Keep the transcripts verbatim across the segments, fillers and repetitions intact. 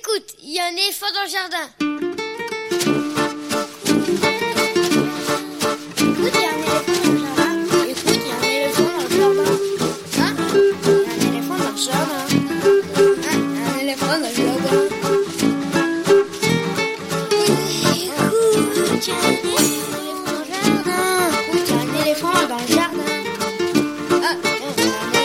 Écoute, il y a un éléphant dans le jardin. Écoute, il y a un éléphant dans le jardin. Hein? Il y a un éléphant dans le jardin. Hein? Un éléphant dans le jardin. Écoute, il y a un éléphant dans le jardin. Ah, il y a un éléphant dans le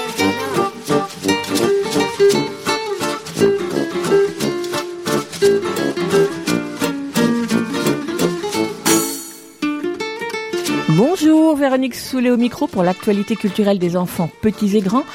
Bonjour, Véronique Soulet au micro pour l'actualité culturelle des enfants petits et grands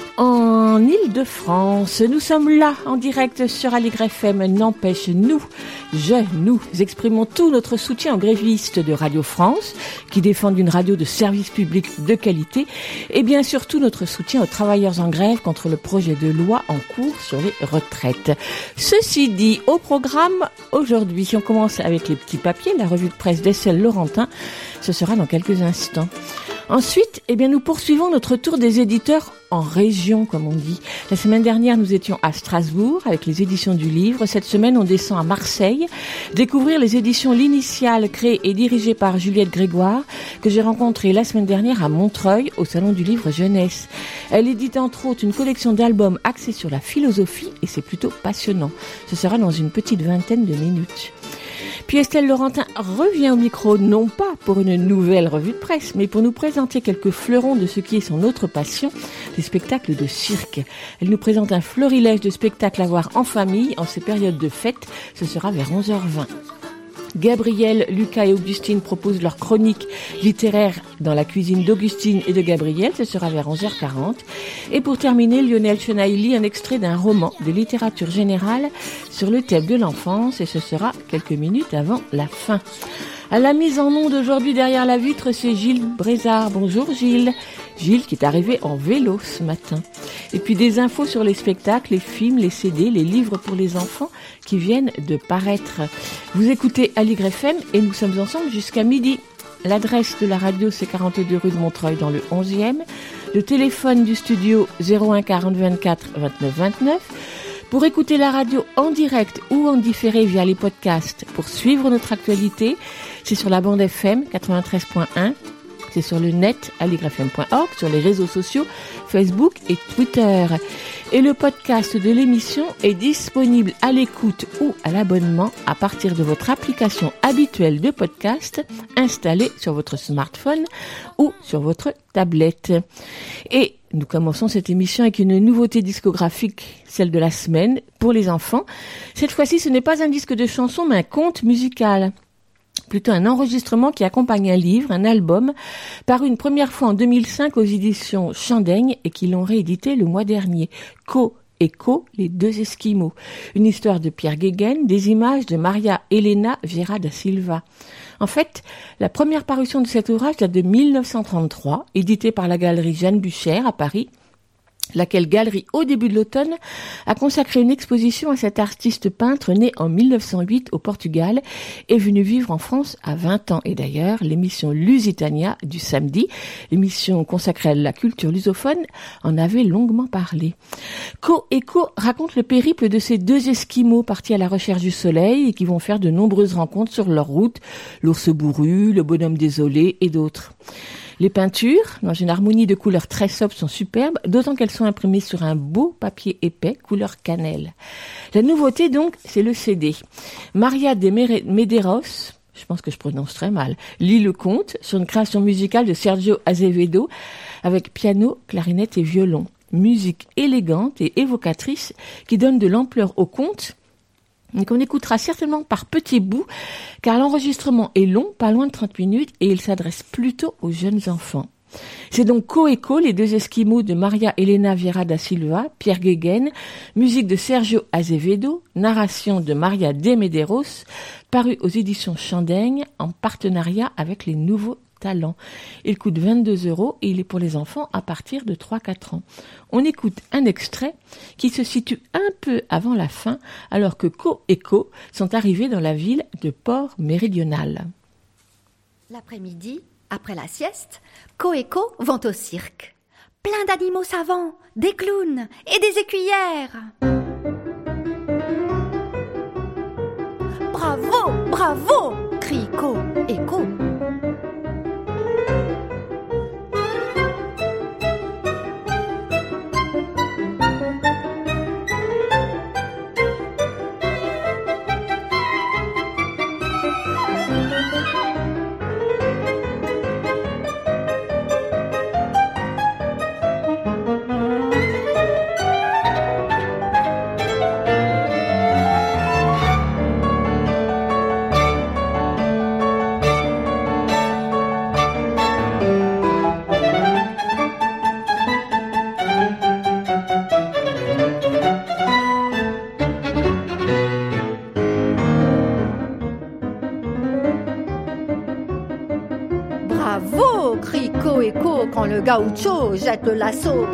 en Île-de-France. Nous sommes là en direct sur Aligre F M. N'empêche, nous, je, nous exprimons tout notre soutien aux grévistes de Radio France qui défendent une radio de service public de qualité et bien surtout notre soutien aux travailleurs en grève contre le projet de loi en cours sur les retraites. Ceci dit, au programme aujourd'hui, on commence avec les petits papiers, la revue de presse d'Essel-Laurentin. Ce sera dans quelques instants. Ensuite, eh bien, nous poursuivons notre tour des éditeurs en région, comme on dit. La semaine dernière, nous étions à Strasbourg avec les éditions du livre. Cette semaine, on descend à Marseille, découvrir les éditions L'Initiale, créées et dirigées par Juliette Grégoire, que j'ai rencontrée la semaine dernière à Montreuil, au Salon du Livre Jeunesse. Elle édite entre autres une collection d'albums axés sur la philosophie et c'est plutôt passionnant. Ce sera dans une petite vingtaine de minutes. Puis Estelle Laurentin revient au micro, non pas pour une nouvelle revue de presse, mais pour nous présenter quelques fleurons de ce qui est son autre passion, les spectacles de cirque. Elle nous présente un florilège de spectacles à voir en famille en ces périodes de fête. Ce sera vers onze heures vingt. Gabriel, Lucas et Augustine proposent leur chronique littéraire dans la cuisine d'Augustine et de Gabriel. Ce sera vers onze heures quarante. Et pour terminer, Lionel Chenaille lit un extrait d'un roman de littérature générale sur le thème de l'enfance et ce sera quelques minutes avant la fin. À la mise en onde aujourd'hui derrière la vitre, c'est Gilles Brézard. Bonjour Gilles. Gilles qui est arrivé en vélo ce matin. Et puis des infos sur les spectacles, les films, les C D, les livres pour les enfants qui viennent de paraître. Vous écoutez Aligre F M et nous sommes ensemble jusqu'à midi. L'adresse de la radio, c'est quarante-deux rue de Montreuil dans le onzième. Le téléphone du studio zéro un quarante vingt-quatre vingt-neuf vingt-neuf. Pour écouter la radio en direct ou en différé via les podcasts, pour suivre notre actualité, c'est sur la bande F M quatre-vingt-treize point un. C'est sur le net, aligre f m point org, sur les réseaux sociaux, Facebook et Twitter. Et le podcast de l'émission est disponible à l'écoute ou à l'abonnement à partir de votre application habituelle de podcast installée sur votre smartphone ou sur votre tablette. Et nous commençons cette émission avec une nouveauté discographique, celle de la semaine, pour les enfants. Cette fois-ci, ce n'est pas un disque de chansons, mais un conte musical. Plutôt un enregistrement qui accompagne un livre, un album, paru une première fois en deux mille cinq aux éditions Chandaigne et qui l'ont réédité le mois dernier. Co et Co, les deux Esquimaux. Une histoire de Pierre Guéguen, des images de Maria Elena Vieira da Silva. En fait, la première parution de cet ouvrage date de mille neuf cent trente-trois, édité par la galerie Jeanne Buchère à Paris, laquelle galerie, au début de l'automne, a consacré une exposition à cet artiste peintre né en mille neuf cent huit au Portugal et venu vivre en France à vingt ans. Et d'ailleurs, l'émission Lusitania du samedi, l'émission consacrée à la culture lusophone, en avait longuement parlé. Co et Co raconte le périple de ces deux Esquimaux partis à la recherche du soleil et qui vont faire de nombreuses rencontres sur leur route, l'ours bourru, le bonhomme désolé et d'autres. Les peintures, dans une harmonie de couleurs très sobres, sont superbes, d'autant qu'elles sont imprimées sur un beau papier épais, couleur cannelle. La nouveauté, donc, c'est le C D. Maria de Medeiros, je pense que je prononce très mal, lit le conte sur une création musicale de Sergio Azevedo avec piano, clarinette et violon. Musique élégante et évocatrice qui donne de l'ampleur au conte, et qu'on écoutera certainement par petits bouts, car l'enregistrement est long, pas loin de trente minutes, et il s'adresse plutôt aux jeunes enfants. C'est donc Co et Co, les deux Esquimaux de Maria Elena Vieira da Silva, Pierre Guéguen, musique de Sergio Azevedo, narration de Maria de Medeiros, paru aux éditions Chandaigne en partenariat avec les Nouveaux Talents. Il coûte vingt-deux euros et il est pour les enfants à partir de trois à quatre ans. On écoute un extrait qui se situe un peu avant la fin, alors que Co et Co sont arrivés dans la ville de Port-Méridional. L'après-midi, après la sieste, Co et Co vont au cirque. Plein d'animaux savants, des clowns et des écuyères. bravo, bravo, crie Co et Co. Bravo, crie Co et Co quand le gaucho jette le lasso.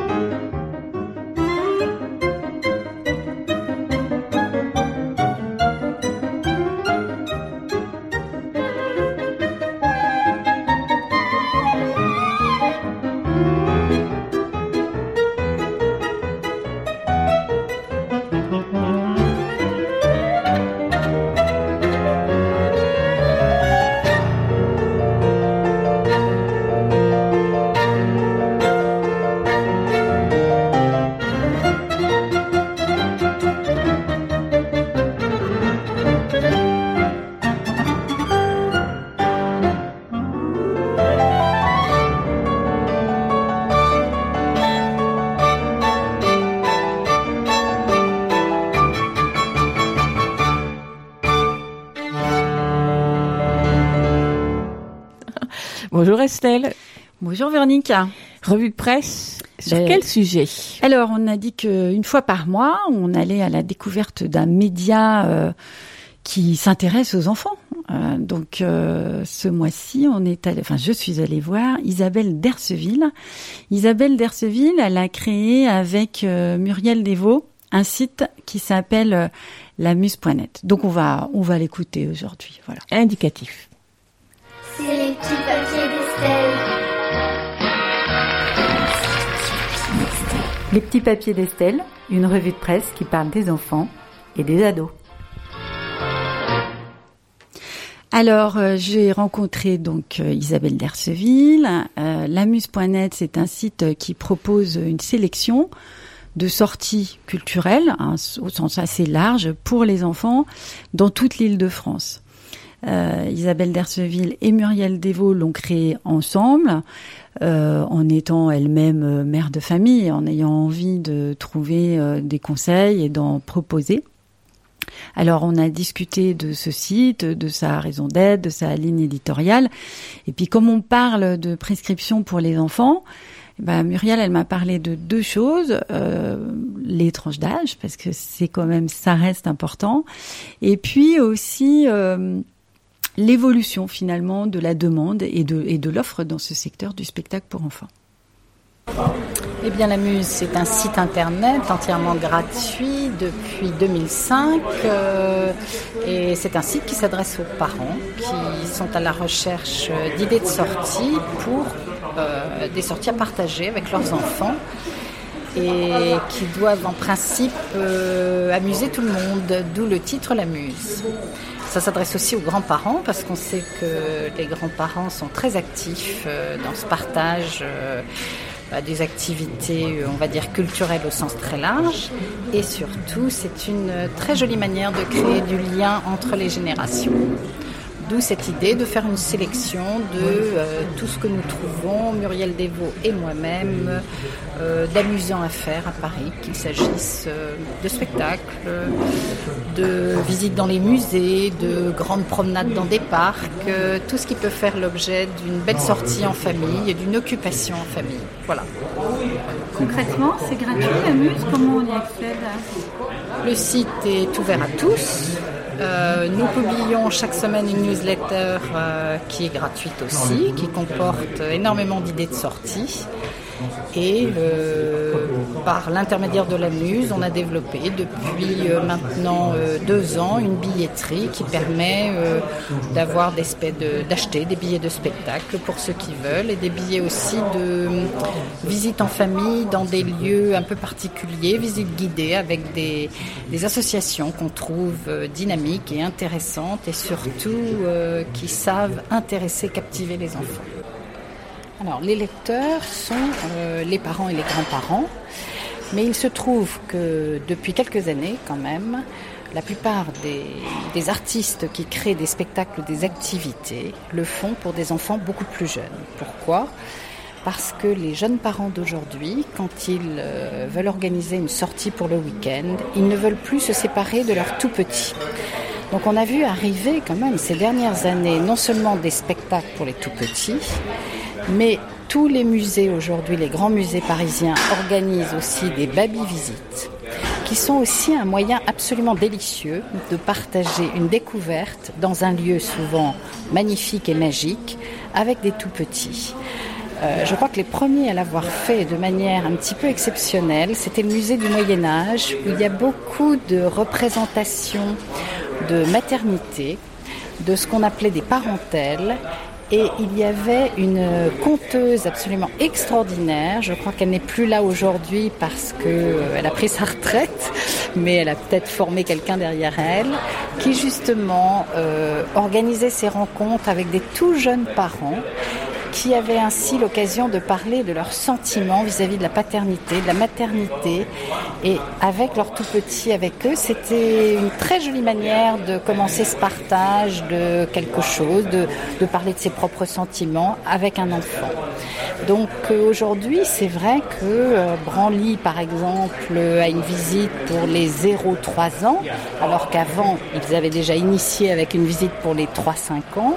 Bonjour Estelle. Bonjour Véronique. Revue de presse, sur Euh, quel sujet? Alors, on a dit qu'une fois par mois, on allait à la découverte d'un média euh, qui s'intéresse aux enfants. Euh, donc, euh, ce mois-ci, on est allé, enfin, je suis allée voir Isabelle Derceville. Isabelle Derceville, elle a créé avec euh, Muriel Desvaux un site qui s'appelle euh, lamuse point net. Donc, on va, on va l'écouter aujourd'hui. Voilà. Indicatif. C'est les petits papiers d'Estelle. Les petits papiers d'Estelle, une revue de presse qui parle des enfants et des ados. Alors, euh, j'ai rencontré donc euh, Isabelle Derceville. Euh, lamuse point net, c'est un site qui propose une sélection de sorties culturelles, hein, au sens assez large, pour les enfants dans toute l'Île-de-France. Euh, Isabelle Derceville et Muriel Desvaux l'ont créé ensemble, euh, en étant elle-même euh, mère de famille, en ayant envie de trouver euh, des conseils et d'en proposer. Alors, on a discuté de ce site, de sa raison d'être, de sa ligne éditoriale. Et puis, comme on parle de prescription pour les enfants, ben, Muriel, elle m'a parlé de deux choses. Euh, les tranches d'âge, parce que c'est quand même, ça reste important. Et puis aussi... Euh, l'évolution finalement de la demande et de, et de l'offre dans ce secteur du spectacle pour enfants. Eh bien, Lamuse, c'est un site internet entièrement gratuit depuis deux mille cinq euh, et c'est un site qui s'adresse aux parents qui sont à la recherche d'idées de sortie pour euh, des sorties à partager avec leurs enfants et qui doivent en principe euh, amuser tout le monde, d'où le titre Lamuse. Ça s'adresse aussi aux grands-parents parce qu'on sait que les grands-parents sont très actifs euh, dans ce partage euh, bah, des activités, on va dire, culturelles au sens très large. Et surtout, c'est une très jolie manière de créer du lien entre les générations. D'où cette idée de faire une sélection de euh, tout ce que nous trouvons, Muriel Desvaux et moi-même, euh, d'amusant à faire à Paris, qu'il s'agisse euh, de spectacles, de visites dans les musées, de grandes promenades dans des parcs, euh, tout ce qui peut faire l'objet d'une belle sortie en famille et d'une occupation en famille. Voilà. Concrètement, c'est gratuit Lamuse, comment on y accède? Le site est ouvert à tous. Euh, nous publions chaque semaine une newsletter euh, qui est gratuite aussi, qui comporte énormément d'idées de sortie. Et euh, par l'intermédiaire de la Muse, on a développé depuis euh, maintenant euh, deux ans une billetterie qui permet euh, d'avoir des spe- de, d'acheter des billets de spectacle pour ceux qui veulent et des billets aussi de visite en famille dans des lieux un peu particuliers, visites guidées avec des, des associations qu'on trouve euh, dynamiques et intéressantes et surtout euh, qui savent intéresser, captiver les enfants. Alors, les lecteurs sont euh, les parents et les grands-parents, mais il se trouve que depuis quelques années, quand même, la plupart des, des artistes qui créent des spectacles, des activités, le font pour des enfants beaucoup plus jeunes. Pourquoi ? Parce que les jeunes parents d'aujourd'hui, quand ils euh, veulent organiser une sortie pour le week-end, ils ne veulent plus se séparer de leurs tout-petits. Donc on a vu arriver quand même ces dernières années non seulement des spectacles pour les tout-petits, mais tous les musées aujourd'hui, les grands musées parisiens, organisent aussi des baby-visites, qui sont aussi un moyen absolument délicieux de partager une découverte dans un lieu souvent magnifique et magique, avec des tout-petits. Euh, je crois que les premiers à l'avoir fait de manière un petit peu exceptionnelle, c'était le musée du Moyen-Âge, où il y a beaucoup de représentations de maternité, de ce qu'on appelait des parentèles. Et il y avait une conteuse absolument extraordinaire. Je crois qu'elle n'est plus là aujourd'hui parce qu'elle a pris sa retraite, mais elle a peut-être formé quelqu'un derrière elle, qui justement euh, organisait ces rencontres avec des tout jeunes parents qui avaient ainsi l'occasion de parler de leurs sentiments vis-à-vis de la paternité, de la maternité. Et avec leurs tout-petits, avec eux, c'était une très jolie manière de commencer ce partage de quelque chose, de, de parler de ses propres sentiments avec un enfant. Donc euh, aujourd'hui, c'est vrai que euh, Branly, par exemple, a une visite pour les zéro trois ans, alors qu'avant, ils avaient déjà initié avec une visite pour les trois cinq ans.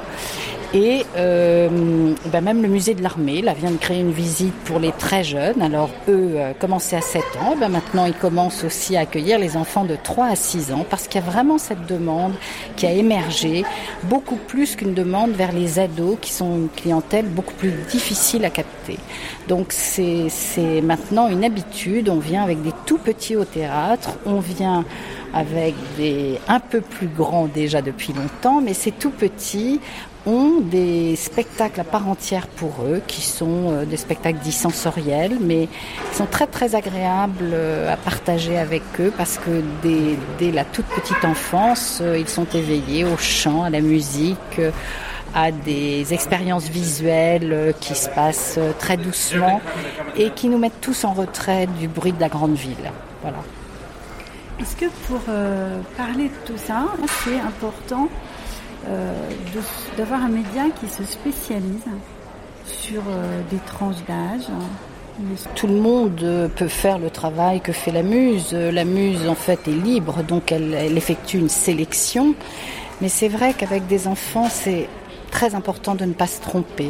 Et euh, ben même le musée de l'armée là, vient de créer une visite pour les très jeunes. Alors eux euh, commençaient à sept ans, ben maintenant ils commencent aussi à accueillir les enfants de trois à six ans parce qu'il y a vraiment cette demande qui a émergé, beaucoup plus qu'une demande vers les ados qui sont une clientèle beaucoup plus difficile à capter. Donc c'est, c'est maintenant une habitude, on vient avec des tout petits au théâtre, on vient avec des un peu plus grands déjà depuis longtemps, mais ces tout petits ont des spectacles à part entière pour eux, qui sont euh, des spectacles dits sensoriels, mais qui sont très très agréables euh, à partager avec eux, parce que dès, dès la toute petite enfance, euh, ils sont éveillés au chant, à la musique, euh, à des expériences visuelles euh, qui se passent euh, très doucement et qui nous mettent tous en retrait du bruit de la grande ville. Voilà. Est-ce que pour euh, parler de tout ça, c'est important Euh, de, d'avoir un média qui se spécialise sur euh, des tranches d'âge? Tout le monde peut faire le travail que fait la Muse. La Muse, en fait, est libre, donc elle, elle effectue une sélection. Mais c'est vrai qu'avec des enfants, c'est très important de ne pas se tromper.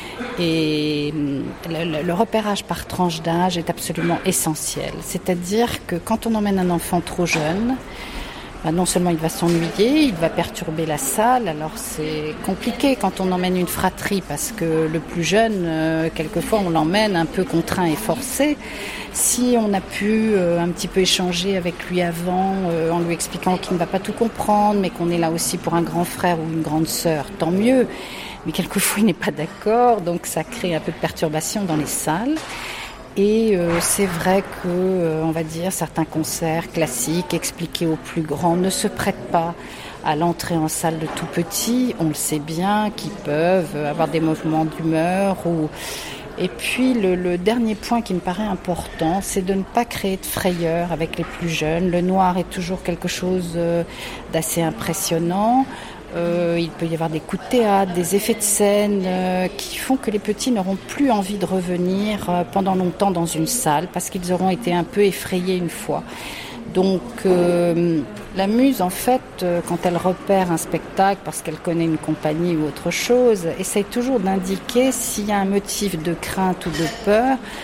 Et le, le repérage par tranche d'âge est absolument essentiel. C'est-à-dire que quand on emmène un enfant trop jeune, non seulement il va s'ennuyer, il va perturber la salle, alors c'est compliqué quand on emmène une fratrie parce que le plus jeune, euh, quelquefois on l'emmène un peu contraint et forcé. Si on a pu euh, un petit peu échanger avec lui avant euh, en lui expliquant qu'il ne va pas tout comprendre, mais qu'on est là aussi pour un grand frère ou une grande sœur, tant mieux. Mais quelquefois il n'est pas d'accord, donc ça crée un peu de perturbation dans les salles. Et euh, c'est vrai que, euh, on va dire, certains concerts classiques expliqués aux plus grands ne se prêtent pas à l'entrée en salle de tout petits. On le sait bien, qui peuvent avoir des mouvements d'humeur. Ou... Et puis le, le dernier point qui me paraît important, c'est de ne pas créer de frayeur avec les plus jeunes. Le noir est toujours quelque chose euh, d'assez impressionnant. Euh, il peut y avoir des coups de théâtre, des effets de scène euh, qui font que les petits n'auront plus envie de revenir euh, pendant longtemps dans une salle parce qu'ils auront été un peu effrayés une fois. Donc euh, la Muse, en fait, euh, quand elle repère un spectacle parce qu'elle connaît une compagnie ou autre chose, essaye toujours d'indiquer s'il y a un motif de crainte ou de peur,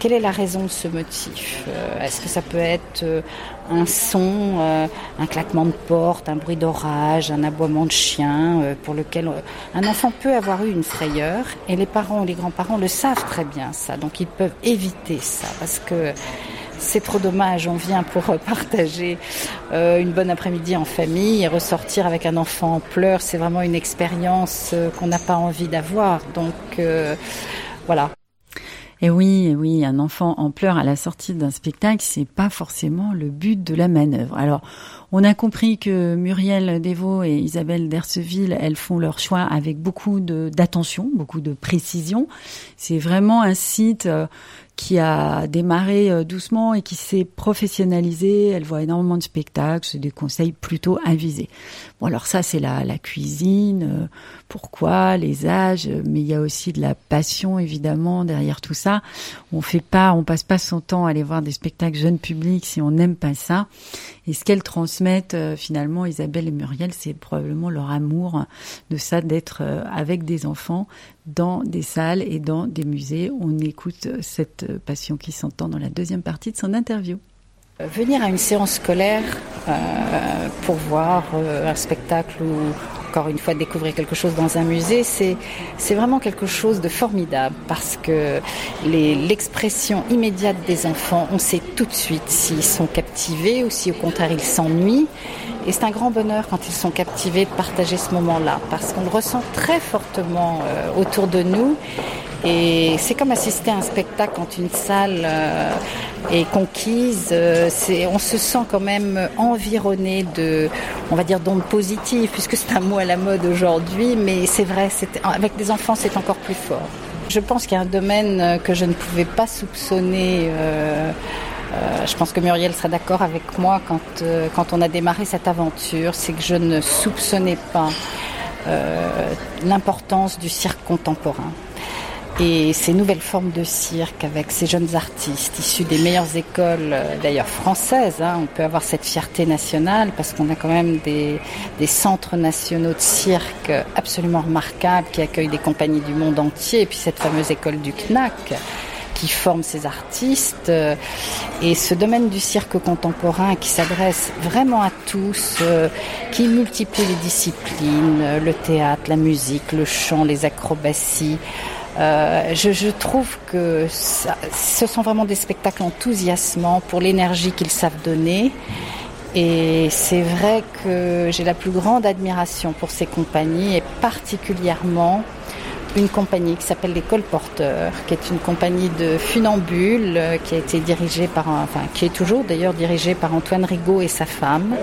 quelle est la raison de ce motif ? euh, Est-ce que ça peut être euh, un son, euh, un claquement de porte, un bruit d'orage, un aboiement de chien, euh, pour lequel euh, un enfant peut avoir eu une frayeur, et les parents ou les grands-parents le savent très bien ça, donc ils peuvent éviter ça, parce que c'est trop dommage. On vient pour partager euh, une bonne après-midi en famille et ressortir avec un enfant en pleurs, c'est vraiment une expérience euh, qu'on n'a pas envie d'avoir. Donc euh, voilà. Et oui, et oui, un enfant en pleurs à la sortie d'un spectacle, c'est pas forcément le but de la manœuvre. Alors, on a compris que Muriel Desvaux et Isabelle Derceville, elles font leur choix avec beaucoup de, d'attention, beaucoup de précision. C'est vraiment un site euh, qui a démarré euh, doucement et qui s'est professionnalisé. Elle voit énormément de spectacles, c'est des conseils plutôt avisés. Bon, alors ça, c'est la, la cuisine, euh, pourquoi, les âges, mais il y a aussi de la passion, évidemment, derrière tout ça. On fait pas, on passe pas son temps à aller voir des spectacles jeunes publics si on n'aime pas ça. Et ce qu'elles transmettent, euh, finalement, Isabelle et Muriel, c'est probablement leur amour de ça, d'être euh, avec des enfants dans des salles et dans des musées. On écoute cette passion qui s'entend dans la deuxième partie de son interview. Venir à une séance scolaire euh, pour voir euh, un spectacle ou encore une fois découvrir quelque chose dans un musée, c'est, c'est vraiment quelque chose de formidable parce que les, l'expression immédiate des enfants, on sait tout de suite s'ils sont captivés ou si au contraire ils s'ennuient. Et c'est un grand bonheur quand ils sont captivés de partager ce moment-là parce qu'on le ressent très fortement euh, autour de nous. Et c'est comme assister à un spectacle quand une salle euh, est conquise. Euh, c'est, on se sent quand même environné de, on va dire, d'ondes positives, puisque c'est un mot à la mode aujourd'hui. Mais c'est vrai, c'est, avec des enfants, c'est encore plus fort. Je pense qu'il y a un domaine que je ne pouvais pas soupçonner. Euh, euh, je pense que Muriel sera d'accord avec moi quand, euh, quand on a démarré cette aventure. C'est que je ne soupçonnais pas euh, l'importance du cirque contemporain. Et ces nouvelles formes de cirque avec ces jeunes artistes issus des meilleures écoles, d'ailleurs françaises, hein, on peut avoir cette fierté nationale parce qu'on a quand même des, des centres nationaux de cirque absolument remarquables qui accueillent des compagnies du monde entier. Et puis cette fameuse école du C N A C qui forme ces artistes. Et ce domaine du cirque contemporain qui s'adresse vraiment à tous, euh, qui multiplie les disciplines, le théâtre, la musique, le chant, les acrobaties. Euh, je, je trouve que ça, ce sont vraiment des spectacles enthousiasmants pour l'énergie qu'ils savent donner. Et c'est vrai que j'ai la plus grande admiration pour ces compagnies et particulièrement une compagnie qui s'appelle les Colporteurs, qui est une compagnie de funambules qui a été dirigée par, un, enfin qui est toujours d'ailleurs dirigée par Antoine Rigaud et sa femme.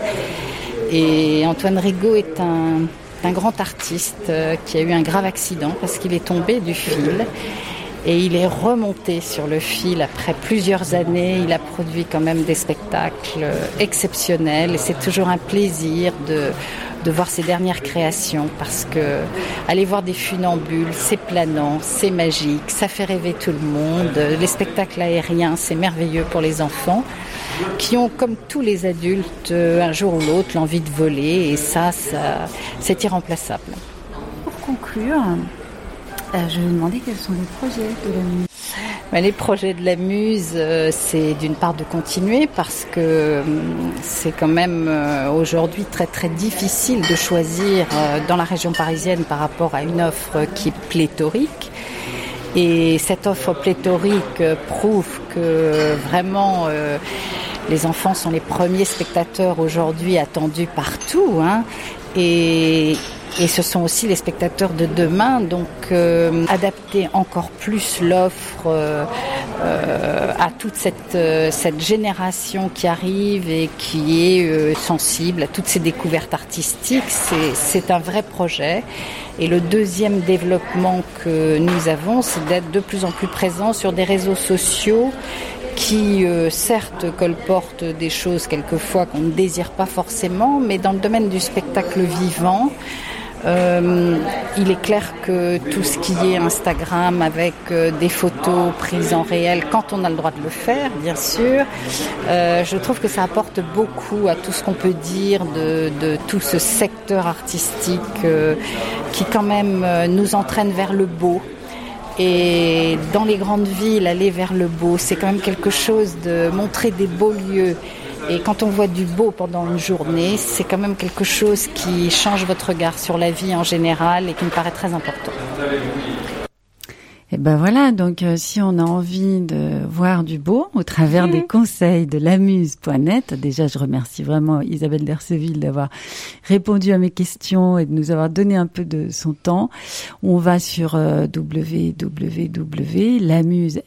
Et Antoine Rigaud est un un grand artiste qui a eu un grave accident parce qu'il est tombé du fil et il est remonté sur le fil après plusieurs années. Il a produit quand même des spectacles exceptionnels et c'est toujours un plaisir de, de voir ses dernières créations parce que aller voir des funambules, c'est planant, c'est magique, ça fait rêver tout le monde. Les spectacles aériens, c'est merveilleux pour les enfants qui ont, comme tous les adultes, un jour ou l'autre, l'envie de voler. Et ça, ça c'est irremplaçable. Pour conclure, euh, je vais vous demander quels sont les projets de la Muse. Ben, les projets de la Muse, euh, c'est d'une part de continuer parce que euh, c'est quand même euh, aujourd'hui très très difficile de choisir euh, dans la région parisienne par rapport à une offre qui est pléthorique. Et cette offre pléthorique prouve que vraiment euh, les enfants sont les premiers spectateurs aujourd'hui attendus partout, hein, et, et ce sont aussi les spectateurs de demain. Donc euh, adapter encore plus l'offre euh, euh, à toute cette, euh, cette génération qui arrive et qui est euh, sensible à toutes ces découvertes artistiques, c'est, c'est un vrai projet. Et le deuxième développement que nous avons, c'est d'être de plus en plus présents sur des réseaux sociaux qui, euh, certes, colportent des choses quelquefois qu'on ne désire pas forcément, mais dans le domaine du spectacle vivant, euh, il est clair que tout ce qui est Instagram avec euh, des photos prises en réel, quand on a le droit de le faire, bien sûr, euh, je trouve que ça apporte beaucoup à tout ce qu'on peut dire de, de tout ce secteur artistique euh, qui quand même euh, nous entraîne vers le beau. Et dans les grandes villes, aller vers le beau, c'est quand même quelque chose de montrer des beaux lieux. Et quand on voit du beau pendant une journée, c'est quand même quelque chose qui change votre regard sur la vie en général et qui me paraît très important. Et ben voilà, donc euh, si on a envie de voir du beau au travers mmh. des conseils de lamuse point net, déjà je remercie vraiment Isabelle Derceville d'avoir répondu à mes questions et de nous avoir donné un peu de son temps. On va sur euh, w w w point lamuse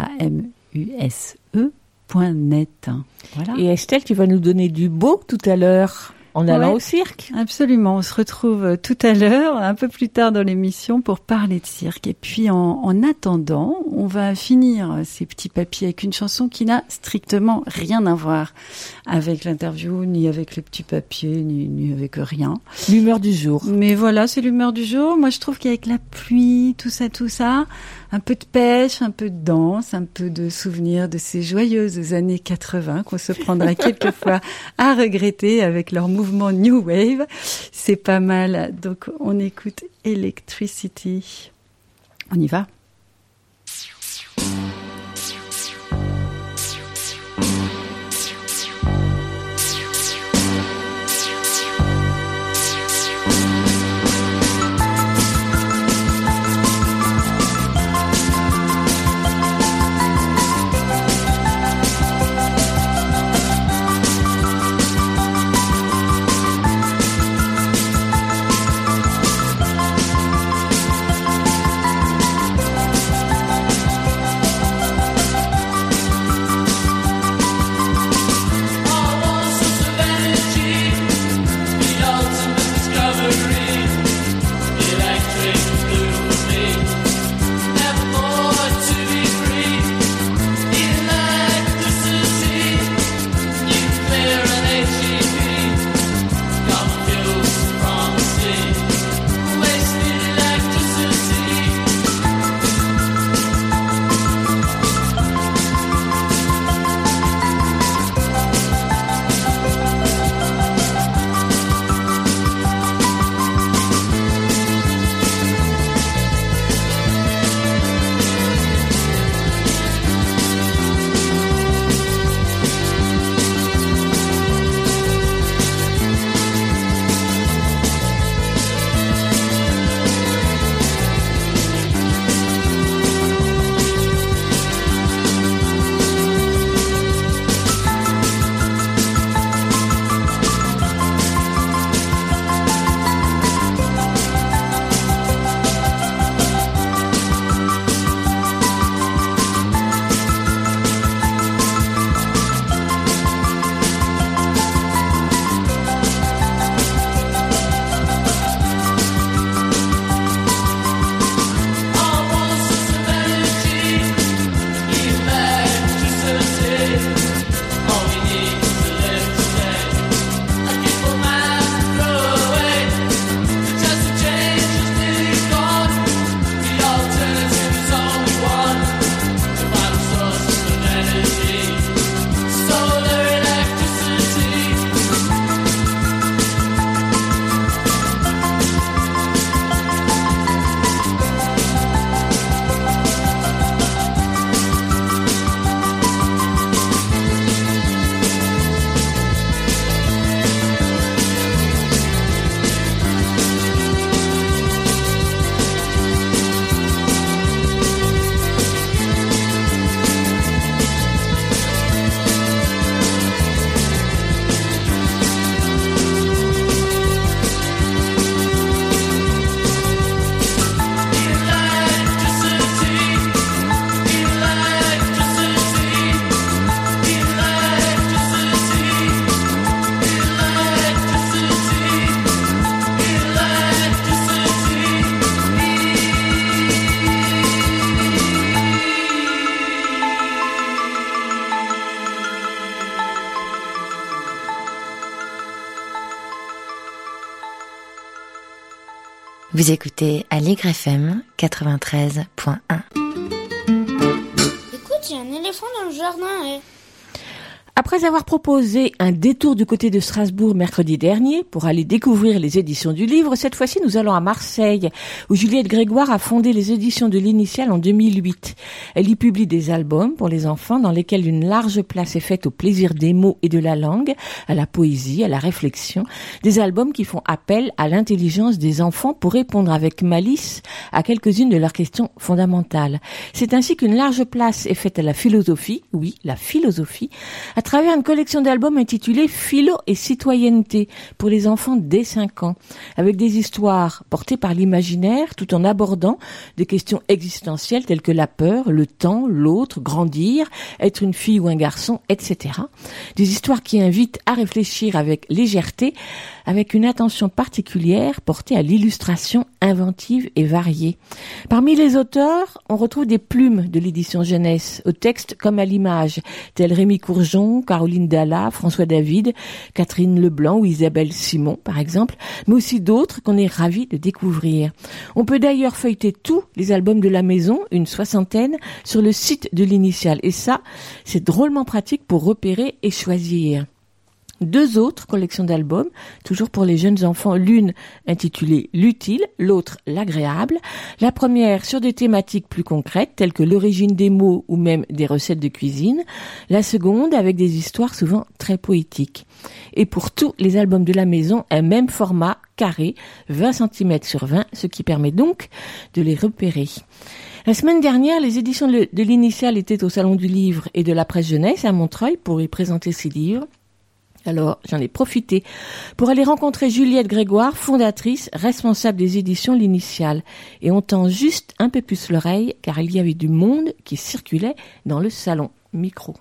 point net. Voilà. Et Estelle, tu vas nous donner du beau tout à l'heure en allant ouais, au cirque. Absolument, on se retrouve tout à l'heure, un peu plus tard dans l'émission, pour parler de cirque. Et puis en, en attendant, on va finir ces petits papiers avec une chanson qui n'a strictement rien à voir avec l'interview, ni avec les petits papiers, ni, ni avec rien. L'humeur du jour. Mais voilà, c'est l'humeur du jour. Moi, je trouve qu'avec la pluie, tout ça, tout ça, un peu de pêche, un peu de danse, un peu de souvenirs de ces joyeuses années quatre-vingts qu'on se prendrait quelquefois à regretter avec leur mouvement New Wave. C'est pas mal. Donc, on écoute Electricity. On y va. Vous écoutez Aligre F M quatre-vingt-treize point un. Écoute, il y a un éléphant dans le jardin. Et... Après Après avoir proposé un détour du côté de Strasbourg mercredi dernier pour aller découvrir les éditions du livre, cette fois-ci nous allons à Marseille, où Juliette Grégoire a fondé les éditions de l'Initiale en deux mille huit. Elle y publie des albums pour les enfants dans lesquels une large place est faite au plaisir des mots et de la langue, à la poésie, à la réflexion. Des albums qui font appel à l'intelligence des enfants pour répondre avec malice à quelques-unes de leurs questions fondamentales. C'est ainsi qu'une large place est faite à la philosophie, oui, la philosophie, à travers une collection d'albums intitulée Philo et citoyenneté pour les enfants dès cinq ans, avec des histoires portées par l'imaginaire tout en abordant des questions existentielles telles que la peur, le temps, l'autre, grandir, être une fille ou un garçon, et cetera. Des histoires qui invitent à réfléchir avec légèreté, avec une attention particulière portée à l'illustration inventive et variée. Parmi les auteurs, on retrouve des plumes de l'édition jeunesse, au texte comme à l'image, tels Rémi Courgeon, Caroline Dalla, François David, Catherine Leblanc ou Isabelle Simon, par exemple, mais aussi d'autres qu'on est ravis de découvrir. On peut d'ailleurs feuilleter tous les albums de la maison, une soixantaine, sur le site de l'Initiale. Et ça, c'est drôlement pratique pour repérer et choisir. Deux autres collections d'albums, toujours pour les jeunes enfants, l'une intitulée L'utile, l'autre L'agréable. La première sur des thématiques plus concrètes, telles que l'origine des mots ou même des recettes de cuisine. La seconde avec des histoires souvent très poétiques. Et pour tous les albums de la maison, un même format carré, vingt centimètres sur vingt, ce qui permet donc de les repérer. La semaine dernière, les éditions de l'Initiale étaient au Salon du Livre et de la Presse Jeunesse à Montreuil pour y présenter ces livres. Alors, j'en ai profité pour aller rencontrer Juliette Grégoire, fondatrice, responsable des éditions L'Initiale. Et on tend juste un peu plus l'oreille, car il y avait du monde qui circulait dans le salon. Micro.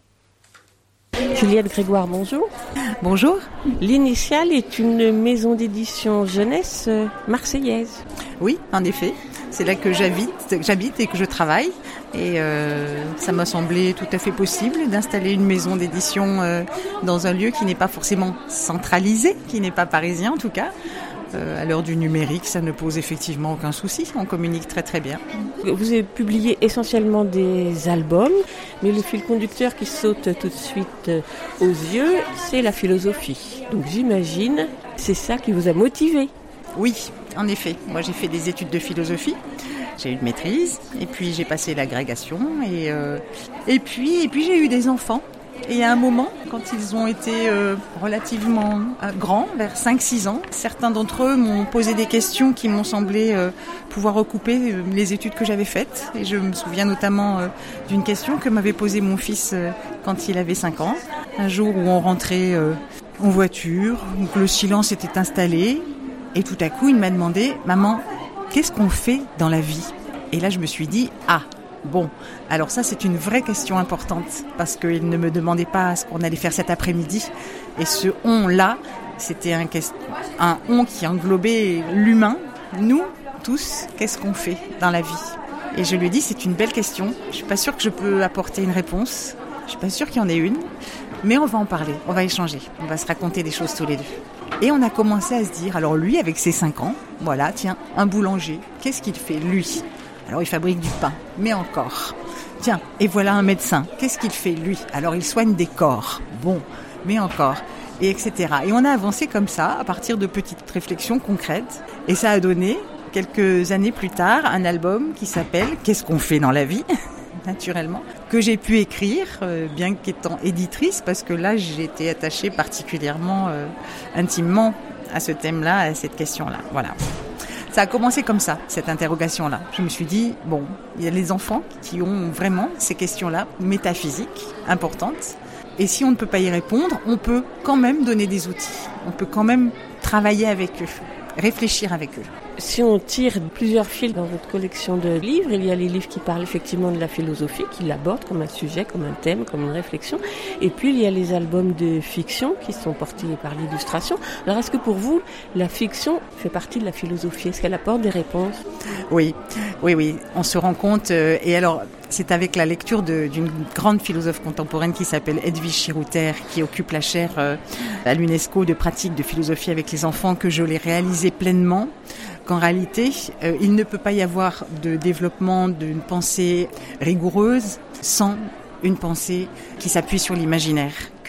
Juliette Grégoire, bonjour. Bonjour. L'Initiale est une maison d'édition jeunesse marseillaise. Oui, en effet. C'est là que j'habite, j'habite et que je travaille. Et euh, ça m'a semblé tout à fait possible d'installer une maison d'édition euh, dans un lieu qui n'est pas forcément centralisé, qui n'est pas parisien en tout cas. Euh, à l'heure du numérique, ça ne pose effectivement aucun souci. On communique très très bien. Vous avez publié essentiellement des albums, mais le fil conducteur qui saute tout de suite aux yeux, c'est la philosophie. Donc j'imagine, c'est ça qui vous a motivé. Oui, en effet. Moi, j'ai fait des études de philosophie. J'ai eu une maîtrise, et puis j'ai passé l'agrégation, et, euh, et, puis, et puis j'ai eu des enfants. Et à un moment, quand ils ont été euh, relativement euh, grands, vers cinq six ans, certains d'entre eux m'ont posé des questions qui m'ont semblé euh, pouvoir recouper euh, les études que j'avais faites. Et je me souviens notamment euh, d'une question que m'avait posée mon fils euh, quand il avait cinq ans. Un jour où on rentrait euh, en voiture, donc le silence était installé, et tout à coup il m'a demandé « Maman, qu'est-ce qu'on fait dans la vie ?» Et là, je me suis dit « Ah, bon, alors ça, c'est une vraie question importante parce qu'il ne me demandait pas ce qu'on allait faire cet après-midi. Et ce « on » là, c'était un, un « on » qui englobait l'humain. Nous, tous, qu'est-ce qu'on fait dans la vie ? Et je lui ai dit « C'est une belle question. Je ne suis pas sûre que je peux apporter une réponse. Je ne suis pas sûre qu'il y en ait une. Mais on va en parler, on va échanger. On va se raconter des choses tous les deux. » Et on a commencé à se dire, alors lui, avec ses cinq ans, voilà, tiens, un boulanger, qu'est-ce qu'il fait, lui ? Alors il fabrique du pain, mais encore. Tiens, et voilà un médecin, qu'est-ce qu'il fait, lui ? Alors il soigne des corps, bon, mais encore, et et cetera. Et on a avancé comme ça, à partir de petites réflexions concrètes, et ça a donné, quelques années plus tard, un album qui s'appelle « Qu'est-ce qu'on fait dans la vie ?» naturellement, que j'ai pu écrire, euh, bien qu'étant éditrice, parce que là, j'ai été attachée particulièrement, euh, intimement à ce thème-là, à cette question-là. Voilà. Ça a commencé comme ça, cette interrogation-là. Je me suis dit, bon, il y a les enfants qui ont vraiment ces questions-là, métaphysiques, importantes. Et si on ne peut pas y répondre, on peut quand même donner des outils. On peut quand même travailler avec eux, réfléchir avec eux. Si on tire plusieurs fils dans votre collection de livres, il y a les livres qui parlent effectivement de la philosophie, qui l'abordent comme un sujet, comme un thème, comme une réflexion. Et puis il y a les albums de fiction qui sont portés par l'illustration. Alors est-ce que pour vous, la fiction fait partie de la philosophie ? Est-ce qu'elle apporte des réponses ? Oui, oui, oui. On se rend compte. Euh, et alors, c'est avec la lecture de, d'une grande philosophe contemporaine qui s'appelle Edwige Chirouter, qui occupe la chaire euh, à l'UNESCO de pratique de philosophie avec les enfants, que je l'ai réalisé pleinement. Qu'en réalité, euh, il ne peut pas y avoir de développement d'une pensée rigoureuse sans une pensée qui s'appuie sur l'imaginaire,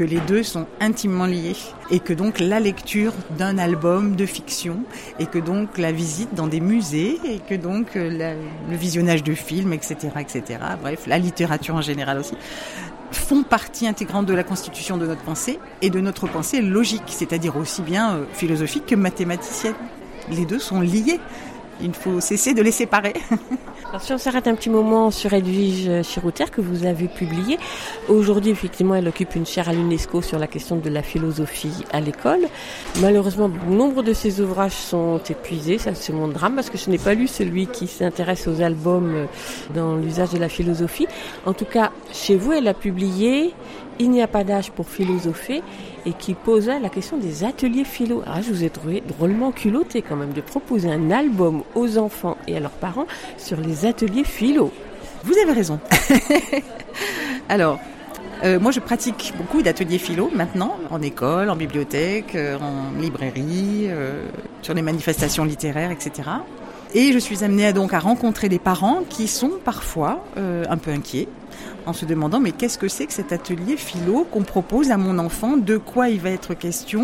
que les deux sont intimement liés et que donc la lecture d'un album de fiction et que donc la visite dans des musées et que donc la, le visionnage de films, et cetera, et cetera. Bref, la littérature en général aussi font partie intégrante de la constitution de notre pensée et de notre pensée logique, c'est-à-dire aussi bien euh, philosophique que mathématicienne. Les deux sont liés. Il faut cesser de les séparer. Alors, si on s'arrête un petit moment sur Edwige Chirouter que vous avez publié, aujourd'hui effectivement elle occupe une chaire à l'UNESCO sur la question de la philosophie à l'école. Malheureusement, nombre de ses ouvrages sont épuisés, ça c'est mon drame parce que je n'ai pas lu celui qui s'intéresse aux albums dans l'usage de la philosophie. En tout cas, chez vous elle a publié Il n'y a pas d'âge pour philosopher et qui posait la question des ateliers philo. Alors, je vous ai trouvé drôlement culotté quand même de proposer un album aux enfants et à leurs parents sur les ateliers philo. Vous avez raison. Alors, euh, moi je pratique beaucoup d'ateliers philo maintenant, en école, en bibliothèque, euh, en librairie, euh, sur les manifestations littéraires, et cetera. Et je suis amenée à, donc à rencontrer des parents qui sont parfois euh, un peu inquiets en se demandant mais qu'est-ce que c'est que cet atelier philo qu'on propose à mon enfant, de quoi il va être question.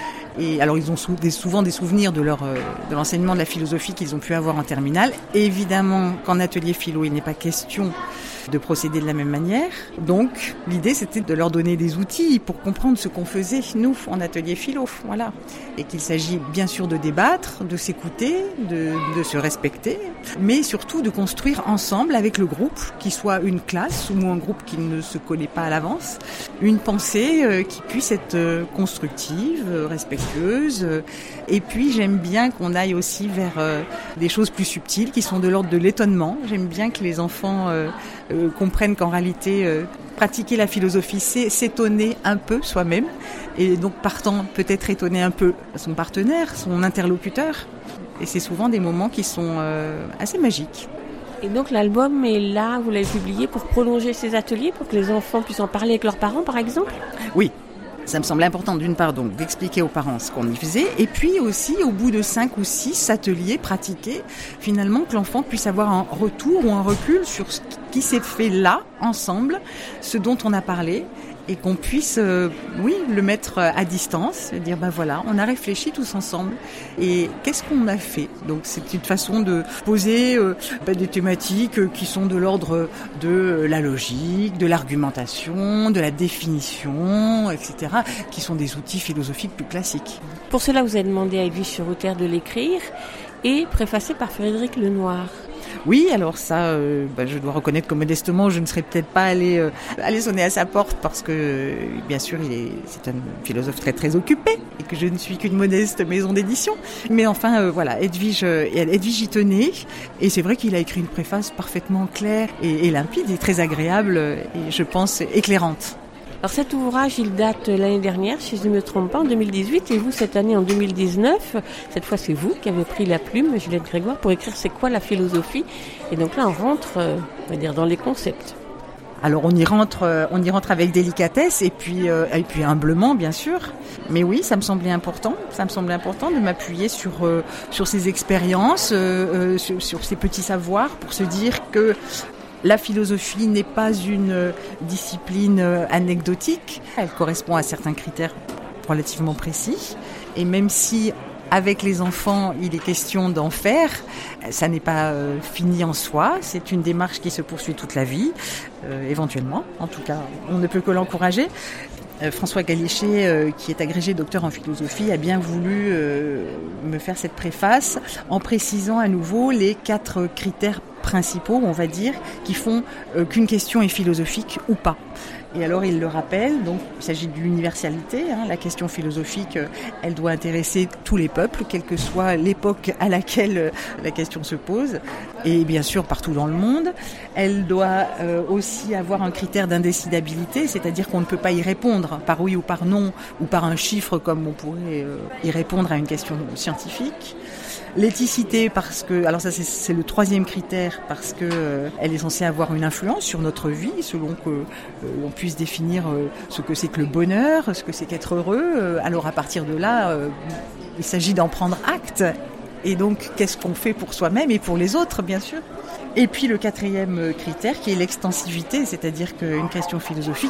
Et alors ils ont sou- des, souvent des souvenirs de, leur, euh, de l'enseignement de la philosophie qu'ils ont pu avoir en terminale. Et évidemment qu'en atelier philo il n'est pas question de procéder de la même manière. Donc l'idée c'était de leur donner des outils pour comprendre ce qu'on faisait nous en atelier philo, voilà. Et qu'il s'agit bien sûr de débattre, de s'écouter, de, de se respecter, mais surtout de construire ensemble avec le groupe, qu'il soit une classe ou un groupe qui ne se connaît pas à l'avance, une pensée euh, qui puisse être euh, constructive, euh, respectueuse. Euh, et puis j'aime bien qu'on aille aussi vers euh, des choses plus subtiles qui sont de l'ordre de l'étonnement. J'aime bien que les enfants euh, euh, comprennent qu'en réalité euh, pratiquer la philosophie, c'est s'étonner un peu soi-même et donc partant peut-être étonner un peu son partenaire, son interlocuteur. Et c'est souvent des moments qui sont euh, assez magiques. Et donc l'album est là, vous l'avez publié pour prolonger ces ateliers, pour que les enfants puissent en parler avec leurs parents par exemple ? Oui. Ça me semble important d'une part donc d'expliquer aux parents ce qu'on y faisait et puis aussi au bout de cinq ou six ateliers pratiqués, finalement que l'enfant puisse avoir un retour ou un recul sur ce qui s'est fait là, ensemble, ce dont on a parlé et qu'on puisse, euh, oui, le mettre à distance, dire ben voilà, on a réfléchi tous ensemble et qu'est-ce qu'on a fait. Donc c'est une façon de poser euh, ben, des thématiques euh, qui sont de l'ordre de la logique, de l'argumentation, de la définition, et cetera, qui sont des outils philosophiques plus classiques. Pour cela, vous avez demandé à Edwige Chirouter de l'écrire et préfacé par Frédéric Lenoir. Oui, alors ça, euh, bah, je dois reconnaître que modestement, je ne serais peut-être pas allée, euh, aller sonner à sa porte parce que, euh, bien sûr, il est, c'est un philosophe très très occupé et que je ne suis qu'une modeste maison d'édition. Mais enfin, euh, voilà, Edwige, euh, Edwige y tenait et c'est vrai qu'il a écrit une préface parfaitement claire et, et limpide et très agréable et je pense éclairante. Alors cet ouvrage, il date l'année dernière, si je ne me trompe pas, en deux mille dix-huit, et vous, cette année, en deux mille dix-neuf, cette fois c'est vous qui avez pris la plume, Juliette Grégoire, pour écrire c'est quoi la philosophie. Et donc là, on rentre, euh, on va dire, dans les concepts. Alors on y rentre, on y rentre avec délicatesse et puis, euh, et puis humblement, bien sûr. Mais oui, ça me semblait important, ça me semblait important de m'appuyer sur, euh, sur ces expériences, euh, euh, sur, sur ces petits savoirs, pour se dire que la philosophie n'est pas une discipline anecdotique. Elle correspond à certains critères relativement précis. Et même si, avec les enfants, il est question d'en faire, ça n'est pas euh, fini en soi. C'est une démarche qui se poursuit toute la vie, euh, éventuellement. En tout cas, on ne peut que l'encourager. Euh, François Galichet, euh, qui est agrégé docteur en philosophie, a bien voulu euh, me faire cette préface en précisant à nouveau les quatre critères principaux, on va dire, qui font euh, qu'une question est philosophique ou pas. Et alors il le rappelle, donc il s'agit de l'universalité, hein, la question philosophique, euh, elle doit intéresser tous les peuples, quelle que soit l'époque à laquelle euh, la question se pose, et bien sûr partout dans le monde. Elle doit euh, aussi avoir un critère d'indécidabilité, c'est-à-dire qu'on ne peut pas y répondre par oui ou par non, ou par un chiffre comme on pourrait euh, y répondre à une question scientifique. L'éthicité, parce que, alors ça c'est, c'est le troisième critère, parce que euh, elle est censée avoir une influence sur notre vie, selon que euh, on puisse définir euh, ce que c'est que le bonheur, ce que c'est qu'être heureux. Euh, alors à partir de là, euh, il s'agit d'en prendre acte. Et donc, qu'est-ce qu'on fait pour soi-même et pour les autres, bien sûr. Et puis le quatrième critère, qui est l'extensivité, c'est-à-dire qu'une question philosophique,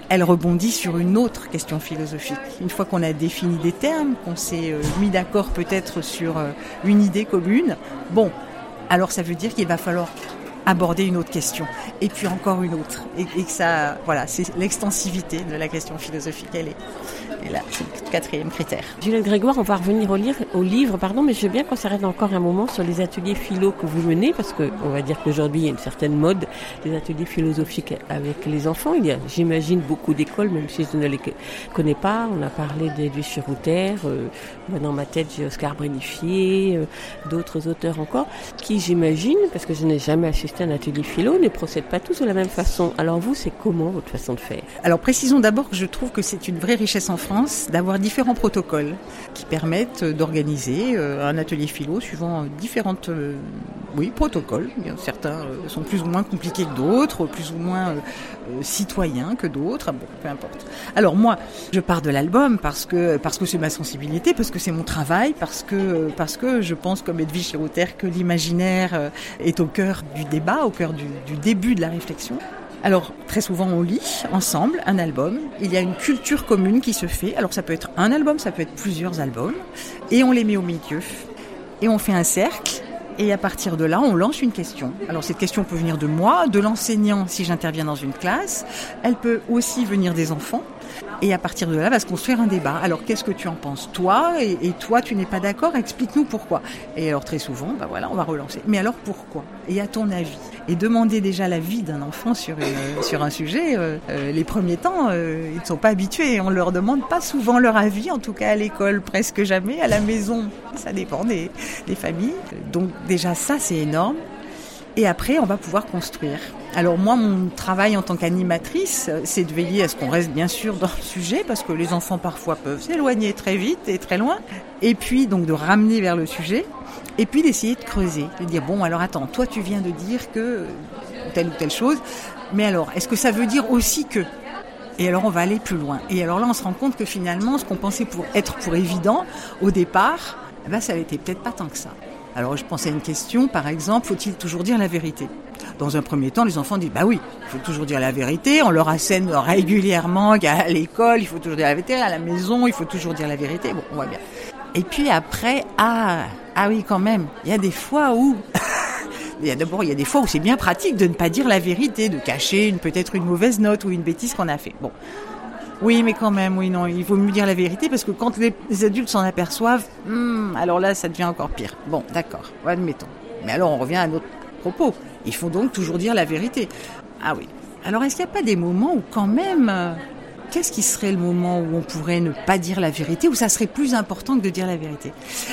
elle rebondit sur une autre question philosophique. Une fois qu'on a défini des termes, qu'on s'est euh, mis d'accord peut-être sur euh, une idée commune, bon, alors ça veut dire qu'il va falloir aborder une autre question, et puis encore une autre, et, et que ça, voilà, c'est l'extensivité de la question philosophique, elle est, et là, c'est le quatrième critère. Juliette Grégoire, on va revenir au, lire, au livre, pardon, mais je veux bien qu'on s'arrête encore un moment sur les ateliers philo que vous menez, parce que on va dire qu'aujourd'hui, il y a une certaine mode des ateliers philosophiques avec les enfants. Il y a, j'imagine, beaucoup d'écoles, même si je ne les connais pas. On a parlé d'Edwige Cherouter, euh, moi, dans ma tête, j'ai Oscar Brénifier, euh, d'autres auteurs encore, qui, j'imagine, parce que je n'ai jamais assisté à un atelier philo, ne procèdent pas tous de la même façon. Alors vous, c'est comment votre façon de faire ? Alors précisons d'abord que je trouve que c'est une vraie richesse en France d'avoir différents protocoles qui permettent d'organiser un atelier philo suivant différentes euh, oui, protocoles. Certains sont plus ou moins compliqués que d'autres, plus ou moins euh, citoyens que d'autres, bon, peu importe. Alors moi, je pars de l'album parce que parce que c'est ma sensibilité, parce que c'est mon travail, parce que parce que je pense comme Edwige Cherouter que l'imaginaire est au cœur du débat, au cœur du, du début de la réflexion. Alors, très souvent, on lit ensemble un album. Il y a une culture commune qui se fait. Alors, ça peut être un album, ça peut être plusieurs albums. Et on les met au milieu. Et on fait un cercle. Et à partir de là, on lance une question. Alors, cette question peut venir de moi, de l'enseignant si j'interviens dans une classe. Elle peut aussi venir des enfants. Et à partir de là, va se construire un débat. Alors, qu'est-ce que tu en penses, toi ? Et, et toi, tu n'es pas d'accord ? Explique-nous pourquoi. Et alors, très souvent, bah voilà, on va relancer. Mais alors, pourquoi ? Et à ton avis ? Et demander déjà l'avis d'un enfant sur, une, sur un sujet, euh, euh, les premiers temps, euh, ils ne sont pas habitués. On ne leur demande pas souvent leur avis, en tout cas à l'école, presque jamais. À la maison, ça dépend des, des familles. Donc, déjà, ça, c'est énorme. Et après, on va pouvoir construire. Alors moi, mon travail en tant qu'animatrice, c'est de veiller à ce qu'on reste bien sûr dans le sujet, parce que les enfants parfois peuvent s'éloigner très vite et très loin. Et puis donc de ramener vers le sujet, et puis d'essayer de creuser, de dire bon alors attends, toi tu viens de dire que telle ou telle chose, mais alors est-ce que ça veut dire aussi que ? Et alors on va aller plus loin. Et alors là on se rend compte que finalement, ce qu'on pensait pour être pour évident au départ, eh ben ça n'était peut-être pas tant que ça. Alors je pense à une question, par exemple, faut-il toujours dire la vérité ? Dans un premier temps, les enfants disent, bah oui, il faut toujours dire la vérité, on leur assène régulièrement qu'à l'école, il faut toujours dire la vérité, à la maison, il faut toujours dire la vérité, bon, on voit bien. Et puis après, ah, ah oui, quand même, il y a des fois où, il y a d'abord, il y a des fois où c'est bien pratique de ne pas dire la vérité, de cacher une, peut-être une mauvaise note ou une bêtise qu'on a fait. Bon. Oui, mais quand même, oui, non, il faut mieux dire la vérité parce que quand les, les adultes s'en aperçoivent, hmm, alors là, ça devient encore pire. Bon, d'accord, admettons. Mais alors, on revient à notre propos. Il faut donc toujours dire la vérité. Ah oui. Alors, est-ce qu'il n'y a pas des moments où quand même, euh, qu'est-ce qui serait le moment où on pourrait ne pas dire la vérité, où ça serait plus important que de dire la vérité ?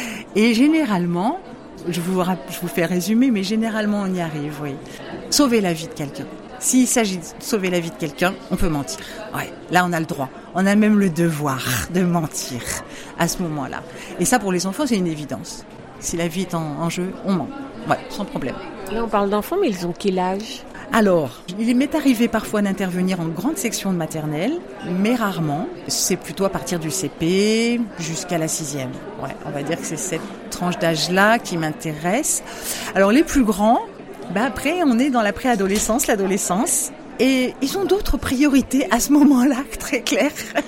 Et généralement, je vous, je vous fais résumer, mais généralement, on y arrive, oui. Sauver la vie de quelqu'un. S'il s'agit de sauver la vie de quelqu'un, on peut mentir. Ouais, là, on a le droit. On a même le devoir de mentir à ce moment-là. Et ça, pour les enfants, c'est une évidence. Si la vie est en, en jeu, on ment. Ouais, sans problème. Là, on parle d'enfants, mais ils ont quel âge ? Alors, il m'est arrivé parfois d'intervenir en grande section de maternelle, mais rarement. C'est plutôt à partir du C P jusqu'à la sixième. Ouais, on va dire que c'est cette tranche d'âge-là qui m'intéresse. Alors, les plus grands, ben après, on est dans la préadolescence, l'adolescence, et ils ont d'autres priorités à ce moment-là, très clair.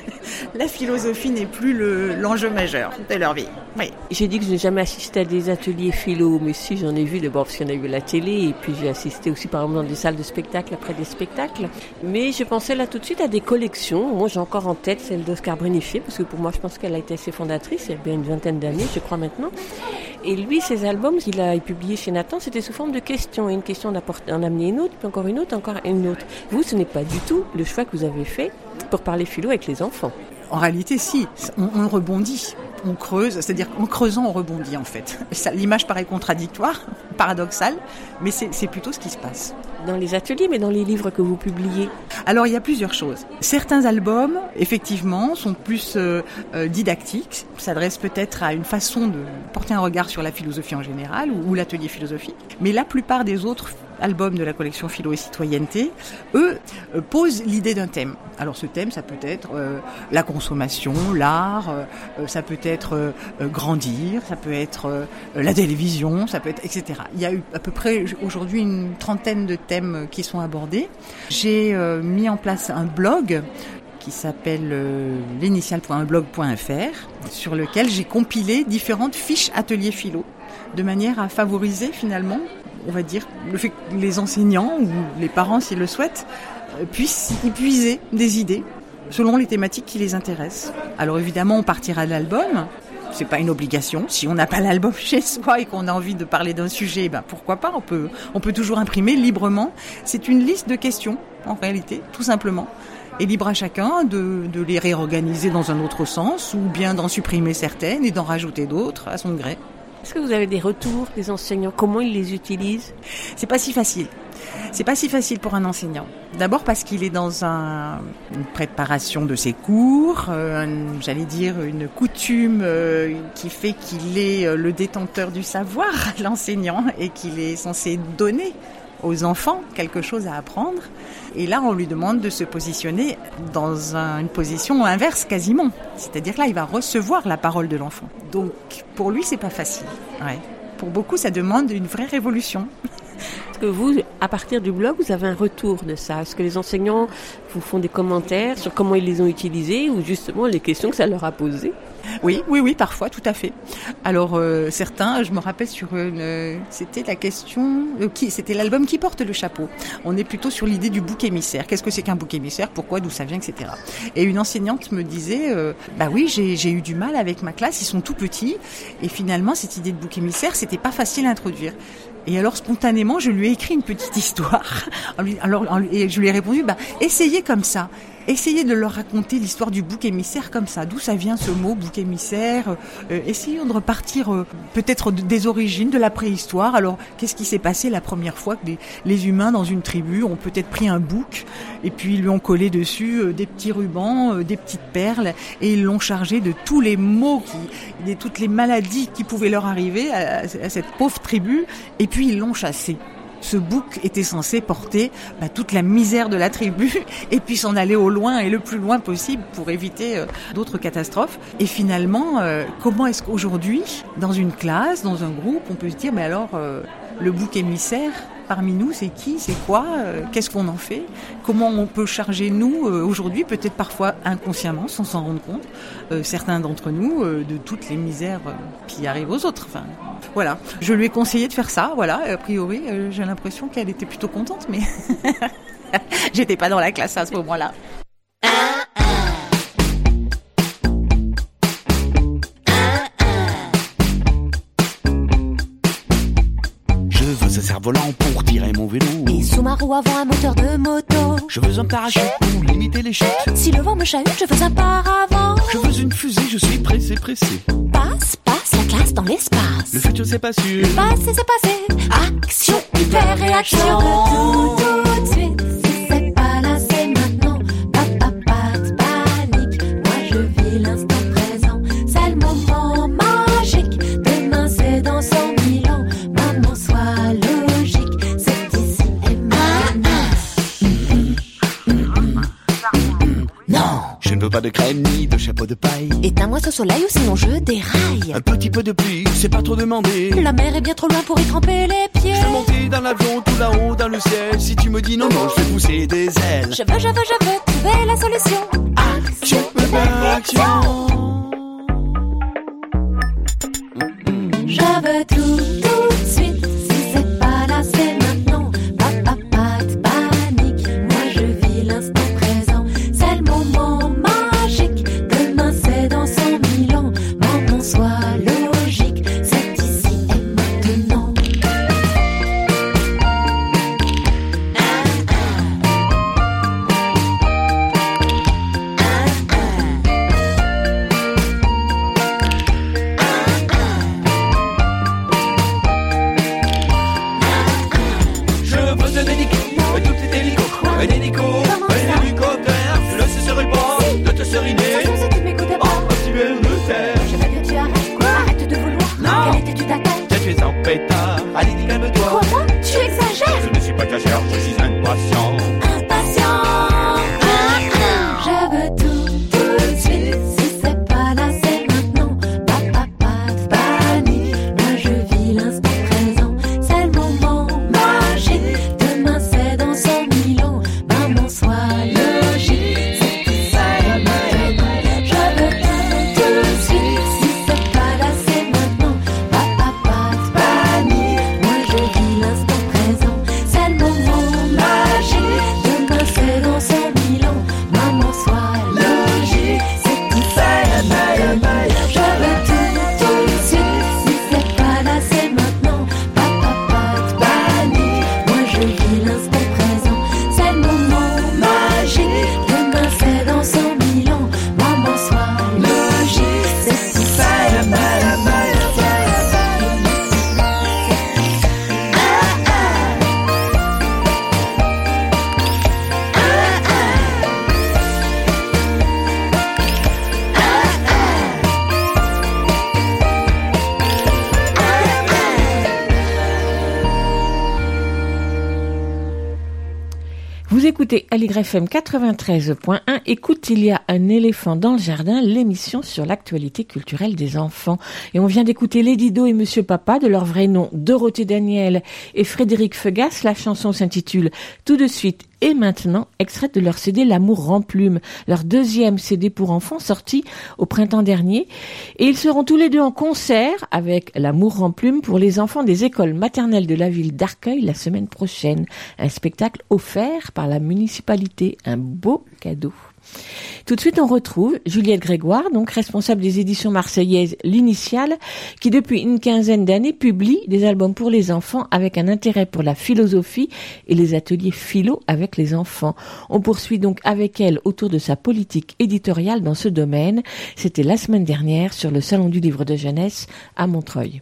La philosophie n'est plus le, l'enjeu majeur de leur vie. Oui. J'ai dit que je n'ai jamais assisté à des ateliers philo, mais si, j'en ai vu d'abord parce qu'il y en a eu à la télé, et puis j'ai assisté aussi par exemple dans des salles de spectacle, après des spectacles. Mais je pensais là tout de suite à des collections. Moi, j'ai encore en tête celle d'Oscar Brénifier, parce que pour moi, je pense qu'elle a été assez fondatrice, il y a bien une vingtaine d'années, je crois maintenant. Et lui, ses albums qu'il a publiés chez Nathan, c'était sous forme de questions. Et une question d'en amener une autre, puis encore une autre, encore une autre. Vous, ce n'est pas du tout le choix que vous avez fait pour parler philo avec les enfants. En réalité, si. On, on rebondit. On creuse. C'est-à-dire qu'en creusant, on rebondit, en fait. Ça, l'image paraît contradictoire, paradoxale, mais c'est, c'est plutôt ce qui se passe. Dans les ateliers, mais dans les livres que vous publiez ? Alors, il y a plusieurs choses. Certains albums, effectivement, sont plus euh, euh, didactiques, s'adressent peut-être à une façon de porter un regard sur la philosophie en général, ou, ou l'atelier philosophique. Mais la plupart des autres album de la collection Philo et Citoyenneté, eux, euh, posent l'idée d'un thème. Alors ce thème, ça peut être euh, la consommation, l'art, euh, ça peut être euh, grandir, ça peut être euh, la télévision, ça peut être et cetera. Il y a eu à peu près aujourd'hui une trentaine de thèmes qui sont abordés. J'ai euh, mis en place un blog qui s'appelle euh, l'initial point blog point f r, sur lequel j'ai compilé différentes fiches ateliers philo, de manière à favoriser finalement, on va dire, le fait que les enseignants ou les parents, s'ils le souhaitent, euh, puissent y puiser des idées selon les thématiques qui les intéressent. Alors évidemment, on partira de l'album. C'est pas une obligation. Si on n'a pas l'album chez soi et qu'on a envie de parler d'un sujet, ben pourquoi pas, on peut, on peut toujours imprimer librement. C'est une liste de questions, en réalité, tout simplement. Et libre à chacun de, de les réorganiser dans un autre sens ou bien d'en supprimer certaines et d'en rajouter d'autres à son gré. Est-ce que vous avez des retours des enseignants? Comment ils les utilisent? C'est pas si facile. C'est pas si facile pour un enseignant. D'abord parce qu'il est dans un, une préparation de ses cours, euh, un, j'allais dire une coutume euh, qui fait qu'il est euh, le détenteur du savoir, l'enseignant, et qu'il est censé donner aux enfants quelque chose à apprendre. Et là, on lui demande de se positionner dans un, une position inverse quasiment. C'est-à-dire que là, il va recevoir la parole de l'enfant. Donc, pour lui, c'est pas facile. Ouais. Pour beaucoup, ça demande une vraie révolution. Est-ce que vous, à partir du blog, vous avez un retour de ça? Est-ce que les enseignants vous font des commentaires sur comment ils les ont utilisés ou justement les questions que ça leur a posées? Oui, oui, oui, parfois, tout à fait. Alors, euh, certains, je me rappelle sur une... Euh, c'était la question... Euh, qui, c'était l'album Qui porte le chapeau. On est plutôt sur l'idée du bouc émissaire. Qu'est-ce que c'est qu'un bouc émissaire? Pourquoi? D'où ça vient? Etc. Et une enseignante me disait, euh, bah oui, j'ai, j'ai eu du mal avec ma classe, ils sont tout petits. Et finalement, cette idée de bouc émissaire, c'était pas facile à introduire. Et alors, spontanément, je lui ai écrit une petite histoire. Alors, et je lui ai répondu, bah, essayez comme ça. Essayez de leur raconter l'histoire du bouc émissaire comme ça. D'où ça vient ce mot, bouc émissaire? euh, Essayons de repartir euh, peut-être des origines, de la préhistoire. Alors, qu'est-ce qui s'est passé la première fois que les, les humains dans une tribu ont peut-être pris un bouc et puis ils lui ont collé dessus euh, des petits rubans, euh, des petites perles et ils l'ont chargé de tous les maux, qui, de toutes les maladies qui pouvaient leur arriver à, à cette pauvre tribu et puis ils l'ont chassé. Ce bouc était censé porter bah, toute la misère de la tribu et puis s'en aller au loin et le plus loin possible pour éviter euh, d'autres catastrophes. Et finalement, euh, comment est-ce qu'aujourd'hui, dans une classe, dans un groupe, on peut se dire, mais alors, euh, le bouc émissaire, parmi nous, c'est qui, c'est quoi, euh, qu'est-ce qu'on en fait? Comment on peut charger, nous, euh, aujourd'hui, peut-être parfois inconsciemment, sans s'en rendre compte, euh, certains d'entre nous, euh, de toutes les misères euh, qui arrivent aux autres. Enfin, voilà. Je lui ai conseillé de faire ça, voilà. A priori, euh, j'ai l'impression qu'elle était plutôt contente, mais j'étais pas dans la classe à ce moment-là. Un cerf-volant pour tirer mon vélo. Et sous ma roue avant un moteur de moto. Je veux un parachute pour limiter les chutes. Si le vent me chahute, je veux un paravent. Je veux une fusée, je suis pressé, pressé. Passe, passe la classe dans l'espace. Le futur c'est pas sûr. Passé, c'est passé. Action, hyper réaction. Tout, tout de suite. Si c'est pas là, c'est maintenant. Pas, pas, pas de panique. Moi je vis l'instant présent. C'est le moment magique. Demain c'est dans cent mille ans. Maman sois logique. C'est ici et maintenant. Non. Je ne veux pas de crème ni de chapeau de paille. Éteins-moi ce soleil ou sinon je déraille. Un petit peu de pluie, c'est pas trop demandé. La mer est bien trop loin pour y tremper les pieds. Je veux monter dans l'avion tout là-haut dans le ciel. Si tu me dis non, non, je vais pousser des ailes. Je veux, je veux, je veux trouver la solution. Action, action. Je veux tout, tout de suite. Si c'est pas là, c'est maintenant. Pas, pas, pas de panique. Moi je vis l'instant présent. C'est le moment magique. Demain c'est dans cent mille ans. Maman sois logique. C'est ici et maintenant. Vous écoutez Aligre F M quatre-vingt-treize point un. Écoute, il y a un éléphant dans le jardin, l'émission sur l'actualité culturelle des enfants. Et on vient d'écouter Lady Do et Monsieur Papa, de leur vrai nom Dorothée Daniel et Frédéric Feugas. La chanson s'intitule Tout de suite et maintenant, extraite de leur C D L'amour rend plume, leur deuxième C D pour enfants sorti au printemps dernier. Et ils seront tous les deux en concert avec L'amour rend plume pour les enfants des écoles maternelles de la ville d'Arcueil la semaine prochaine. Un spectacle offert par la municipalité, un beau cadeau. Tout de suite, on retrouve Juliette Grégoire, donc responsable des éditions marseillaises L'Initiale, qui depuis une quinzaine d'années publie des albums pour les enfants avec un intérêt pour la philosophie et les ateliers philo avec les enfants. On poursuit donc avec elle autour de sa politique éditoriale dans ce domaine. C'était la semaine dernière sur le Salon du Livre de Jeunesse à Montreuil.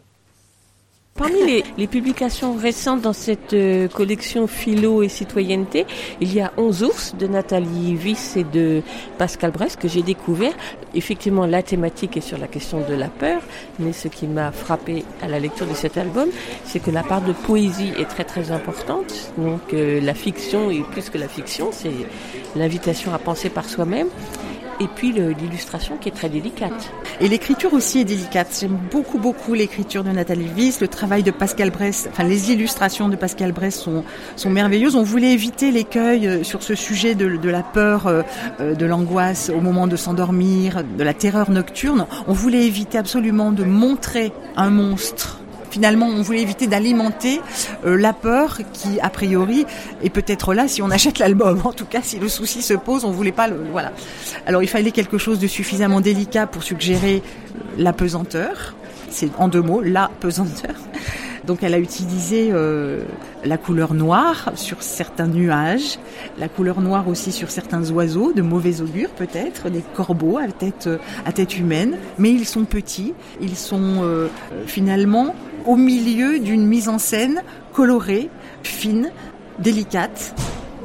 Parmi les, les publications récentes dans cette euh, collection philo et citoyenneté, il y a onze ours de Nathalie Wyss et de Pascal Brest que j'ai découvert. Effectivement, la thématique est sur la question de la peur, mais ce qui m'a frappé à la lecture de cet album, c'est que la part de poésie est très très importante. Donc euh, la fiction, et plus que la fiction, c'est l'invitation à penser par soi-même. Et puis le, l'illustration qui est très délicate. Et l'écriture aussi est délicate. J'aime beaucoup, beaucoup l'écriture de Nathalie Wyss, le travail de Pascal Brest, enfin les illustrations de Pascal Brest sont, sont merveilleuses. On voulait éviter l'écueil sur ce sujet de, de la peur, de l'angoisse au moment de s'endormir, de la terreur nocturne. On voulait éviter absolument de montrer un monstre. Finalement, on voulait éviter d'alimenter euh, la peur qui, a priori, est peut-être là si on achète l'album. En tout cas, si le souci se pose, on voulait pas le... Voilà. Alors, il fallait quelque chose de suffisamment délicat pour suggérer la pesanteur. C'est en deux mots, la pesanteur. Donc elle a utilisé euh, la couleur noire sur certains nuages, la couleur noire aussi sur certains oiseaux, de mauvais augure peut-être, des corbeaux à tête, à tête humaine, mais ils sont petits, ils sont euh, finalement au milieu d'une mise en scène colorée, fine, délicate.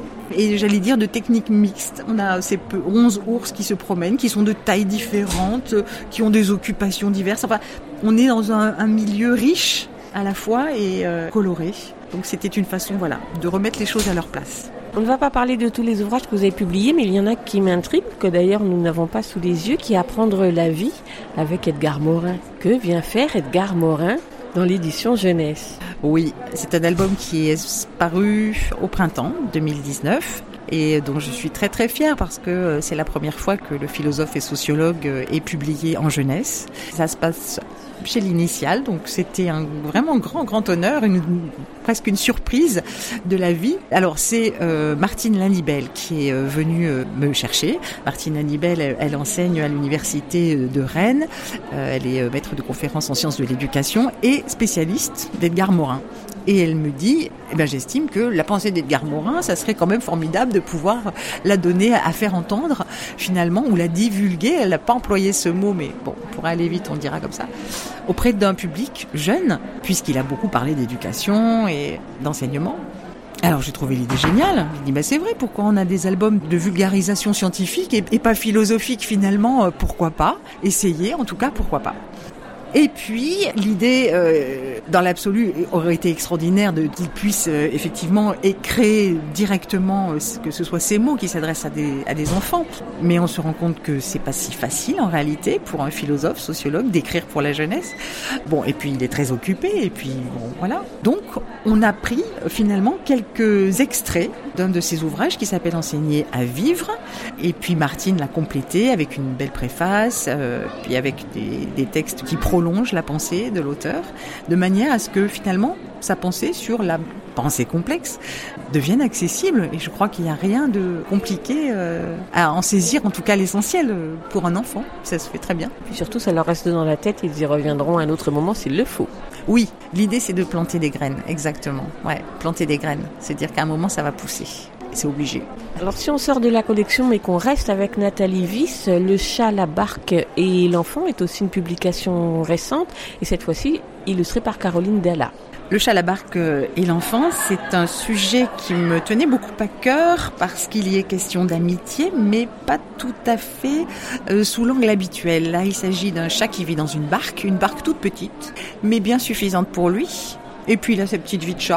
Et j'allais dire de techniques mixtes. On a ces onze ours qui se promènent, qui sont de tailles différentes, qui ont des occupations diverses. Enfin, on est dans un, un milieu riche à la fois et euh, coloré. Donc c'était une façon, voilà, de remettre les choses à leur place. On ne va pas parler de tous les ouvrages que vous avez publiés, mais il y en a qui m'intriguent, que d'ailleurs nous n'avons pas sous les yeux, qui est Apprendre la vie avec Edgar Morin. Que vient faire Edgar Morin dans l'édition jeunesse? Oui, c'est un album qui est paru au printemps deux mille dix-neuf et dont je suis très très fière parce que c'est la première fois que le philosophe et sociologue est publié en jeunesse. Ça se passe chez l'Initiale, donc c'était un vraiment grand grand honneur, une, presque une surprise de la vie. Alors c'est euh, Martine Lanibel qui est euh, venue euh, me chercher. Martine Lanibel, elle, elle enseigne à l'université de Rennes, euh, elle est euh, maître de conférences en sciences de l'éducation et spécialiste d'Edgar Morin. Et elle me dit, eh ben, j'estime que la pensée d'Edgar Morin, ça serait quand même formidable de pouvoir la donner à faire entendre, finalement, ou la divulguer. Elle n'a pas employé ce mot, mais bon, pour aller vite, on dira comme ça, auprès d'un public jeune, puisqu'il a beaucoup parlé d'éducation et d'enseignement. Alors j'ai trouvé l'idée géniale. J'ai dit, bah, c'est vrai, pourquoi on a des albums de vulgarisation scientifique et, et pas philosophique finalement, euh, pourquoi pas essayer, en tout cas, pourquoi pas. Et puis, l'idée, euh, dans l'absolu, aurait été extraordinaire de qu'il puisse euh, effectivement créer directement, euh, que ce soit ces mots qui s'adressent à des, à des enfants. Mais on se rend compte que c'est pas si facile en réalité pour un philosophe, sociologue, d'écrire pour la jeunesse. Bon, et puis il est très occupé, et puis bon, voilà. Donc, on a pris euh, finalement quelques extraits d'un de ses ouvrages qui s'appelle Enseigner à vivre. Et puis Martine l'a complété avec une belle préface, euh, puis avec des, des textes qui prolongent la pensée de l'auteur, de manière à ce que finalement sa pensée sur la pensée complexe devienne accessible. Et je crois qu'il n'y a rien de compliqué euh, à en saisir, en tout cas l'essentiel pour un enfant. Ça se fait très bien. Puis surtout, ça leur reste dans la tête, ils y reviendront à un autre moment s'il le faut. Oui, l'idée c'est de planter des graines, exactement. Ouais, planter des graines, c'est-à-dire qu'à un moment ça va pousser. C'est obligé. Alors si on sort de la collection mais qu'on reste avec Nathalie Wyss, Le chat, la barque et l'enfant est aussi une publication récente et cette fois-ci illustrée par Caroline Dalla. Le chat, la barque et l'enfant, c'est un sujet qui me tenait beaucoup à cœur parce qu'il y est question d'amitié, mais pas tout à fait euh, sous l'angle habituel. Là, il s'agit d'un chat qui vit dans une barque, une barque toute petite, mais bien suffisante pour lui. Et puis il a sa petite vie de chat.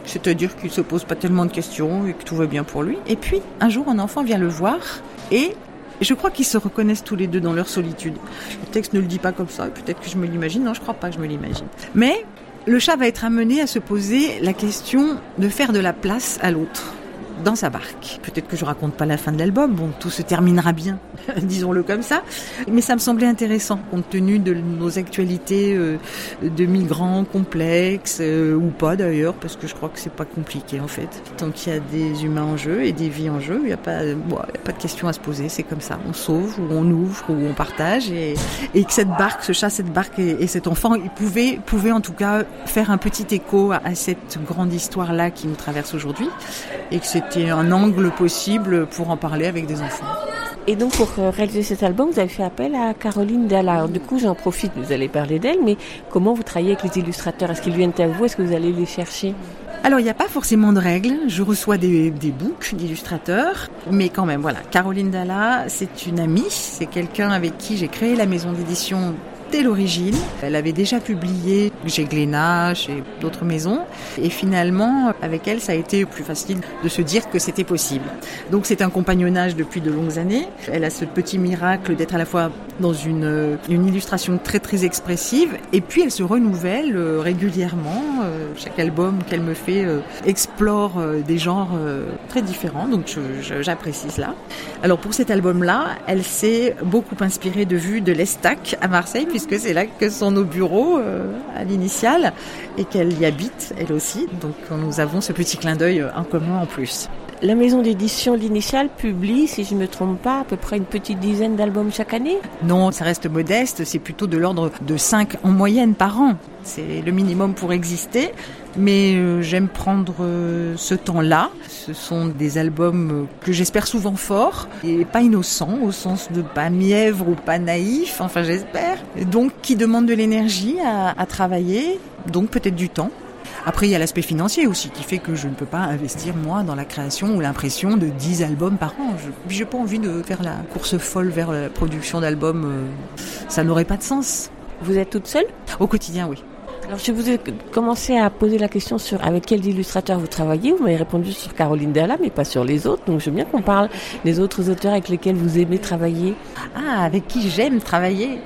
C'est-à-dire qu'il se pose pas tellement de questions et que tout va bien pour lui. Et puis, un jour, un enfant vient le voir et je crois qu'ils se reconnaissent tous les deux dans leur solitude. Le texte ne le dit pas comme ça, peut-être que je me l'imagine. Non, je crois pas que je me l'imagine. Mais le chat va être amené à se poser la question de faire de la place à l'autre dans sa barque. Peut-être que je raconte pas la fin de l'album, bon, tout se terminera bien, disons-le comme ça, mais ça me semblait intéressant, compte tenu de nos actualités euh, de migrants complexes, euh, ou pas d'ailleurs, parce que je crois que c'est pas compliqué en fait. Tant qu'il y a des humains en jeu et des vies en jeu, il n'y a pas, bon, il y a pas de question à se poser, c'est comme ça, on sauve, ou on ouvre, ou on partage, et, et que cette barque, ce chat, cette barque et, et cet enfant, ils pouvaient, pouvaient en tout cas faire un petit écho à, à cette grande histoire-là qui nous traverse aujourd'hui, et que c'est C'était un angle possible pour en parler avec des enfants. Et donc, pour réaliser cet album, vous avez fait appel à Caroline Dalla. Alors, du coup, j'en profite, vous allez parler d'elle, mais comment vous travaillez avec les illustrateurs? Est-ce qu'ils viennent à vous? Est-ce que vous allez les chercher? Alors, il n'y a pas forcément de règles. Je reçois des, des books d'illustrateurs, mais quand même, voilà. Caroline Dalla, c'est une amie. C'est quelqu'un avec qui j'ai créé la maison d'édition dès l'origine. Elle avait déjà publié chez Glénat, chez d'autres maisons. Et finalement, avec elle, ça a été plus facile de se dire que c'était possible. Donc c'est un compagnonnage depuis de longues années. Elle a ce petit miracle d'être à la fois dans une, une illustration très très expressive et puis elle se renouvelle euh, régulièrement. Euh, chaque album qu'elle me fait euh, explore euh, des genres euh, très différents. Donc je, je, j'apprécie cela. Alors pour cet album-là, elle s'est beaucoup inspirée de vues de l'Estac à Marseille, puisque c'est là que sont nos bureaux euh, à l'initiale et qu'elle y habite elle aussi. Donc nous avons ce petit clin d'œil en commun en plus. La maison d'édition l'Initiale publie, si je ne me trompe pas, à peu près une petite dizaine d'albums chaque année? Non, ça reste modeste, c'est plutôt de l'ordre de cinq en moyenne par an. C'est le minimum pour exister, mais euh, j'aime prendre euh, ce temps-là. Ce sont des albums que j'espère souvent forts et pas innocents, au sens de pas mièvres ou pas naïfs, enfin j'espère. Donc qui demandent de l'énergie à, à travailler, donc peut-être du temps. Après, il y a l'aspect financier aussi qui fait que je ne peux pas investir, moi, dans la création ou l'impression de dix albums par an. Je n'ai pas envie de faire la course folle vers la production d'albums. Ça n'aurait pas de sens. Vous êtes toute seule? Au quotidien, oui. Alors, je vous ai commencé à poser la question sur avec quels illustrateurs vous travaillez. Vous m'avez répondu sur Caroline Dalla, mais pas sur les autres. Donc, je veux bien qu'on parle des autres auteurs avec lesquels vous aimez travailler. Ah, avec qui j'aime travailler?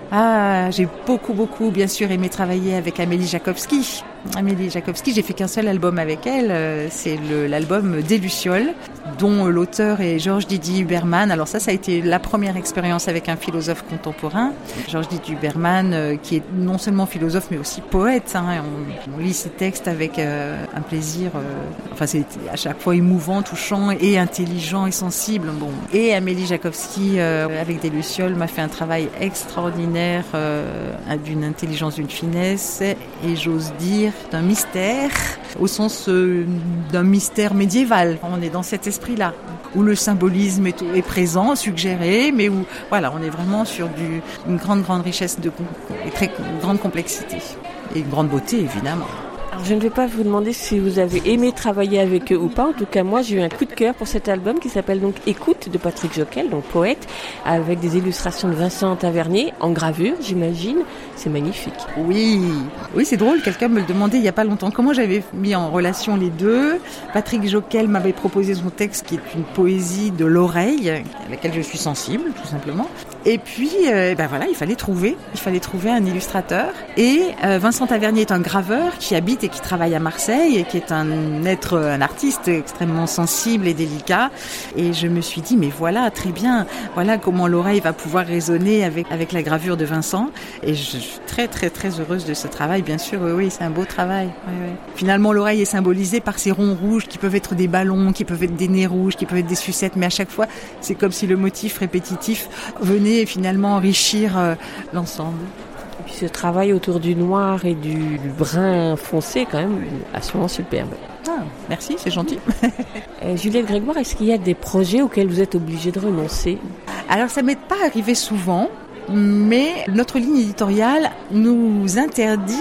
Ah, j'ai beaucoup, beaucoup, bien sûr, aimé travailler avec Amélie Jakobski. Amélie Jakobski, j'ai fait qu'un seul album avec elle, c'est le, l'album Des Lucioles, dont l'auteur est Georges Didier Huberman. Alors ça, ça a été la première expérience avec un philosophe contemporain, Georges Didier Huberman, qui est non seulement philosophe, mais aussi poète. Hein. On, on lit ses textes avec euh, un plaisir, euh, enfin c'est à chaque fois émouvant, touchant et intelligent et sensible. Bon. Et Amélie Jakobski, euh, avec Des Lucioles, m'a fait un travail extraordinaire, euh, d'une intelligence, d'une finesse, et j'ose dire d'un mystère, au sens euh, d'un mystère médiéval. On est dans cet esprit-là, où le symbolisme est, est présent, suggéré, mais où voilà, on est vraiment sur du, une grande, grande richesse de, et très grande complexité. Et une grande beauté, évidemment. Alors, je ne vais pas vous demander si vous avez aimé travailler avec eux ou pas. En tout cas, moi, j'ai eu un coup de cœur pour cet album qui s'appelle donc Écoute de Patrick Joquel, donc poète, avec des illustrations de Vincent Tavernier en gravure, j'imagine. C'est magnifique. Oui, oui, c'est drôle. Quelqu'un me le demandait il n'y a pas longtemps. Comment j'avais mis en relation les deux? Patrick Joquel m'avait proposé son texte qui est une poésie de l'oreille, à laquelle je suis sensible, tout simplement. Et puis, euh, ben voilà, il fallait trouver, il fallait trouver un illustrateur. Et euh, Vincent Tavernier est un graveur qui habite et qui travaille à Marseille et qui est un être, un artiste extrêmement sensible et délicat. Et je me suis dit, mais voilà, très bien, voilà comment l'oreille va pouvoir résonner avec avec la gravure de Vincent. Et je suis très très très heureuse de ce travail, bien sûr. Oui, oui, c'est un beau travail. Oui, oui. Finalement, l'oreille est symbolisée par ces ronds rouges qui peuvent être des ballons, qui peuvent être des nez rouges, qui peuvent être des sucettes, mais à chaque fois, c'est comme si le motif répétitif venait finalement enrichir euh, l'ensemble. Et puis ce travail autour du noir et du brun foncé, quand même, absolument superbe. Ah, merci, c'est gentil. euh, Juliette Grégoire, est-ce qu'il y a des projets auxquels vous êtes obligée de renoncer? Alors, ça ne m'est pas arrivé souvent, mais notre ligne éditoriale nous interdit,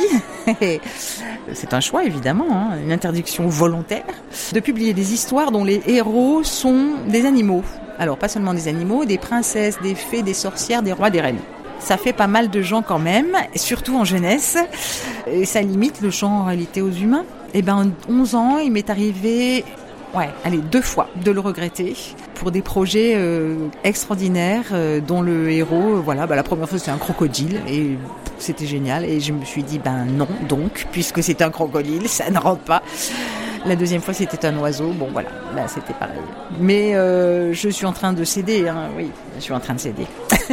c'est un choix évidemment, hein, une interdiction volontaire, de publier des histoires dont les héros sont des animaux. Alors, pas seulement des animaux, des princesses, des fées, des sorcières, des rois, des reines. Ça fait pas mal de gens quand même, surtout en jeunesse, et ça limite le champ en réalité aux humains. Et ben, onze ans, il m'est arrivé, ouais, allez, deux fois, de le regretter pour des projets euh, extraordinaires euh, dont le héros, euh, voilà, bah, la première fois c'était un crocodile et c'était génial. Et je me suis dit, ben non, donc, puisque c'est un crocodile, ça ne rentre pas. La deuxième fois, c'était un oiseau. Bon, voilà, là, c'était pareil. Mais euh, je suis en train de céder, hein, oui, je suis en train de céder.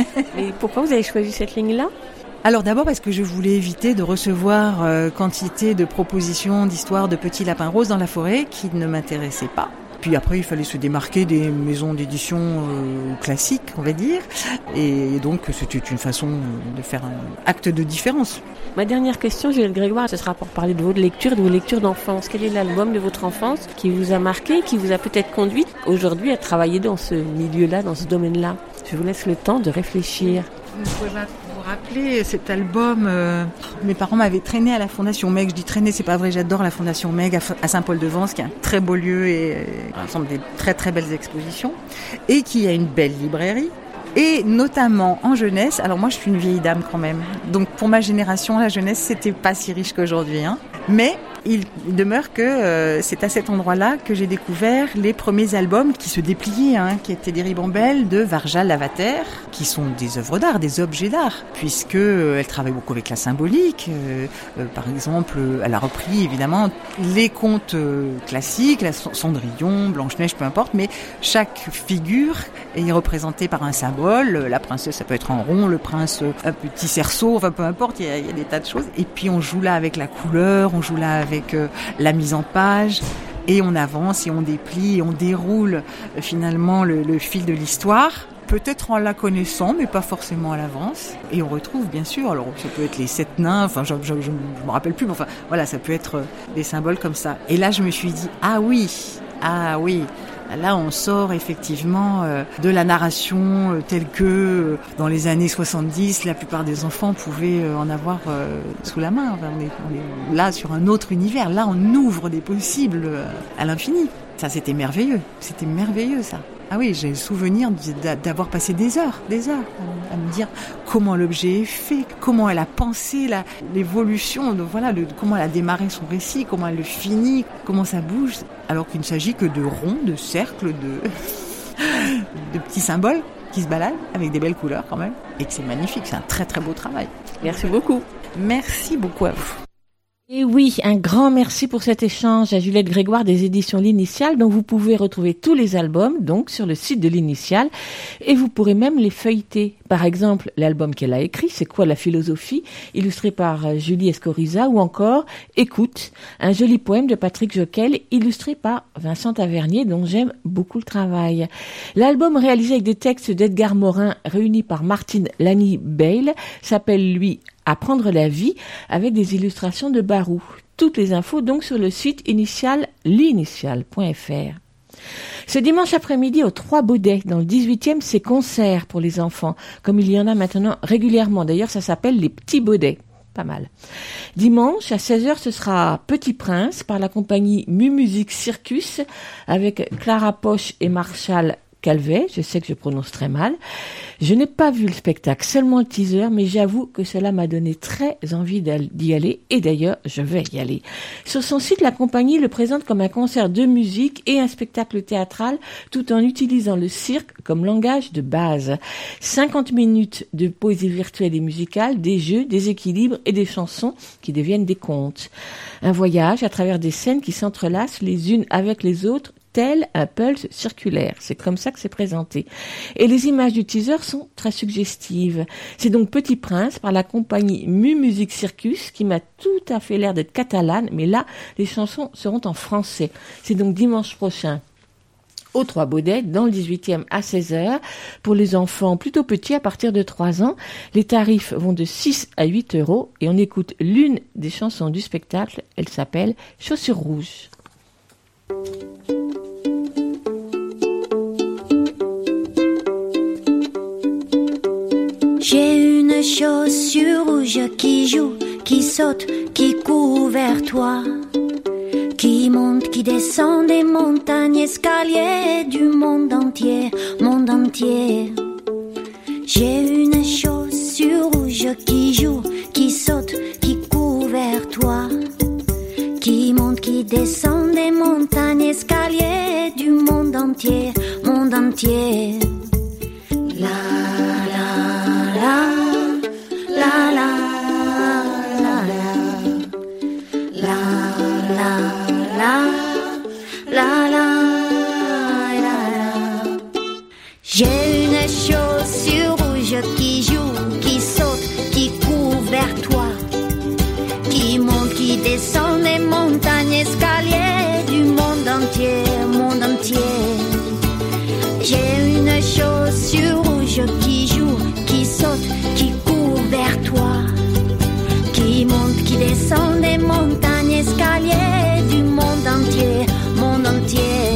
Et pourquoi vous avez choisi cette ligne-là ? Alors d'abord parce que je voulais éviter de recevoir euh, quantité de propositions d'histoires de petits lapins roses dans la forêt qui ne m'intéressaient pas. Puis après, il fallait se démarquer des maisons d'édition euh, classiques, on va dire. Et donc, c'était une façon de faire un acte de différence. Ma dernière question, Juliette Grégoire, ce sera pour parler de vos lectures, de vos lectures d'enfance. Quel est l'album de votre enfance qui vous a marqué, qui vous a peut-être conduit aujourd'hui à travailler dans ce milieu-là, dans ce domaine-là ? Je vous laisse le temps de réfléchir. Vous pouvez vous rappeler cet album, euh, mes parents m'avaient traîné à la Fondation Meg. Je dis traîner, c'est pas vrai, j'adore la Fondation Meg à Saint-Paul-de-Vence, qui est un très beau lieu et rassemble des très très belles expositions et qui a une belle librairie. Et notamment en jeunesse, alors moi je suis une vieille dame quand même, donc pour ma génération la jeunesse c'était pas si riche qu'aujourd'hui, hein. Mais il demeure que euh, c'est à cet endroit-là que j'ai découvert les premiers albums qui se dépliaient, hein, qui étaient des ribambelles de Varja Lavater, qui sont des œuvres d'art, des objets d'art, puisque euh, elle travaille beaucoup avec la symbolique. Euh, euh, par exemple, euh, elle a repris évidemment les contes euh, classiques, la Cendrillon, Blanche-Neige, peu importe, mais chaque figure est représentée par un symbole. La princesse, ça peut être en rond, le prince, un petit cerceau, enfin peu importe, il y a, il y a des tas de choses. Et puis on joue là avec la couleur, on joue là avec avec euh, la mise en page et on avance et on déplie et on déroule euh, finalement le, le fil de l'histoire, peut-être en la connaissant mais pas forcément à l'avance, et on retrouve bien sûr, alors ça peut être les sept nains, enfin je, je, je, je me rappelle plus, mais enfin voilà, ça peut être euh, des symboles comme ça. Et là je me suis dit ah oui, ah oui, là, on sort effectivement euh, de la narration euh, telle que euh, dans les années soixante-dix, la plupart des enfants pouvaient euh, en avoir euh, sous la main. Enfin, on, est, on est là sur un autre univers. Là, on ouvre des possibles euh, à l'infini. Ça, c'était merveilleux. C'était merveilleux, ça. Ah oui, j'ai le souvenir d'avoir passé des heures, des heures, à me dire comment l'objet est fait, comment elle a pensé la, l'évolution, de, voilà, le, comment elle a démarré son récit, comment elle le finit, comment ça bouge, alors qu'il ne s'agit que de ronds, de cercles, de, de petits symboles qui se baladent avec des belles couleurs quand même, et que c'est magnifique, c'est un très très beau travail. Merci beaucoup. Merci beaucoup à vous. Et oui, un grand merci pour cet échange à Juliette Grégoire des éditions L'Initiale, dont vous pouvez retrouver tous les albums, donc, sur le site de L'Initiale, et vous pourrez même les feuilleter. Par exemple, l'album qu'elle a écrit, C'est quoi la philosophie, illustré par Julie Escoriza, ou encore Écoute, un joli poème de Patrick Joquel, illustré par Vincent Tavernier, dont j'aime beaucoup le travail. L'album réalisé avec des textes d'Edgar Morin, réunis par Martine Lany-Bale, s'appelle, lui, Apprendre la vie, avec des illustrations de Barou. Toutes les infos donc sur le site initial l'initial point f r. Ce dimanche après-midi, aux Trois Baudets, dans le dix-huitième, c'est concert pour les enfants, comme il y en a maintenant régulièrement. D'ailleurs, ça s'appelle les Petits Baudets. Pas mal. Dimanche, à seize heures, ce sera Petit Prince par la compagnie Mu Musique Circus, avec Clara Poche et Marshall Calvet, je sais que je prononce très mal. Je n'ai pas vu le spectacle, seulement le teaser, mais j'avoue que cela m'a donné très envie d'y aller, et d'ailleurs, je vais y aller. Sur son site, la compagnie le présente comme un concert de musique et un spectacle théâtral, tout en utilisant le cirque comme langage de base. cinquante minutes de poésie virtuelle et musicale, des jeux, des équilibres et des chansons qui deviennent des contes. Un voyage à travers des scènes qui s'entrelacent les unes avec les autres, tel un pulse circulaire. C'est comme ça que c'est présenté. Et les images du teaser sont très suggestives. C'est donc Petit Prince par la compagnie Mu Musique Circus, qui m'a tout à fait l'air d'être catalane, mais là, les chansons seront en français. C'est donc dimanche prochain aux Trois Baudets, dans le dix-huitième à seize heures, pour les enfants plutôt petits à partir de trois ans. Les tarifs vont de six à huit euros et on écoute l'une des chansons du spectacle. Elle s'appelle Chaussures rouges. J'ai une chaussure rouge qui joue, qui saute, qui court vers toi, qui monte, qui descend des montagnes, escaliers du monde entier, monde entier. J'ai une chaussure rouge qui joue, qui saute, qui court vers toi, qui monte, qui descend des montagnes, escaliers du monde entier, monde entier. La la la la la la la la la la la la. J'ai une chaussure rouge qui joue, qui saute, qui court vers toi, qui monte, qui descend des montagnes, escaliers du monde entier, monde entier. J'ai une chaussure rouge qui joue, qui saute, qui court vers toi, qui monte, qui descend des montagnes, escaliers du monde entier, monde entier.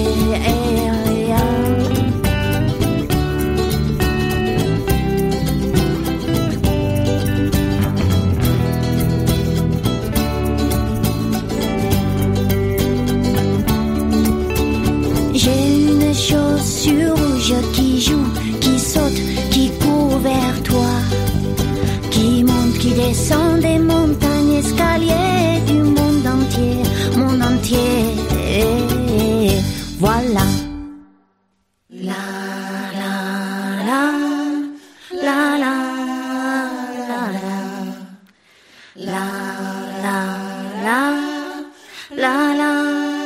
J'ai une chaussure rouge qui joue, qui saute, qui court vers toi, qui monte, qui descend des montagnes, escaliers du monde entier, monde entier. Voilà. La la la la la la la la la la la la.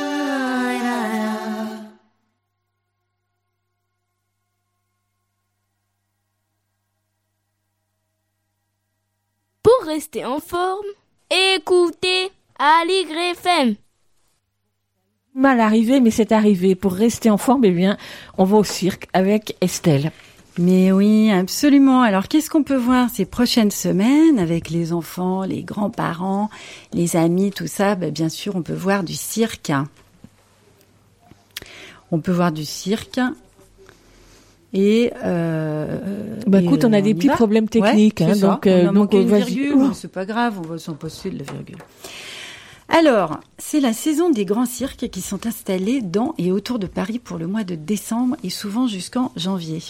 Pour rester en forme, écoutez Aligre F M. Mal arrivé, mais c'est arrivé. Pour rester en forme, eh bien, on va au cirque avec Estelle. Mais oui, absolument. Alors, qu'est-ce qu'on peut voir ces prochaines semaines avec les enfants, les grands-parents, les amis, tout ça? Ben, bien sûr, on peut voir du cirque. On peut voir du cirque. Et, euh, bah, et écoute, euh, on a des on petits va. problèmes techniques, ouais, hein, ça. donc, on euh, a donc, manqué une vas-y. virgule, Ouh. c'est pas grave, on va s'en passer de la virgule. Alors, c'est la saison des grands cirques qui sont installés dans et autour de Paris pour le mois de décembre et souvent jusqu'en janvier.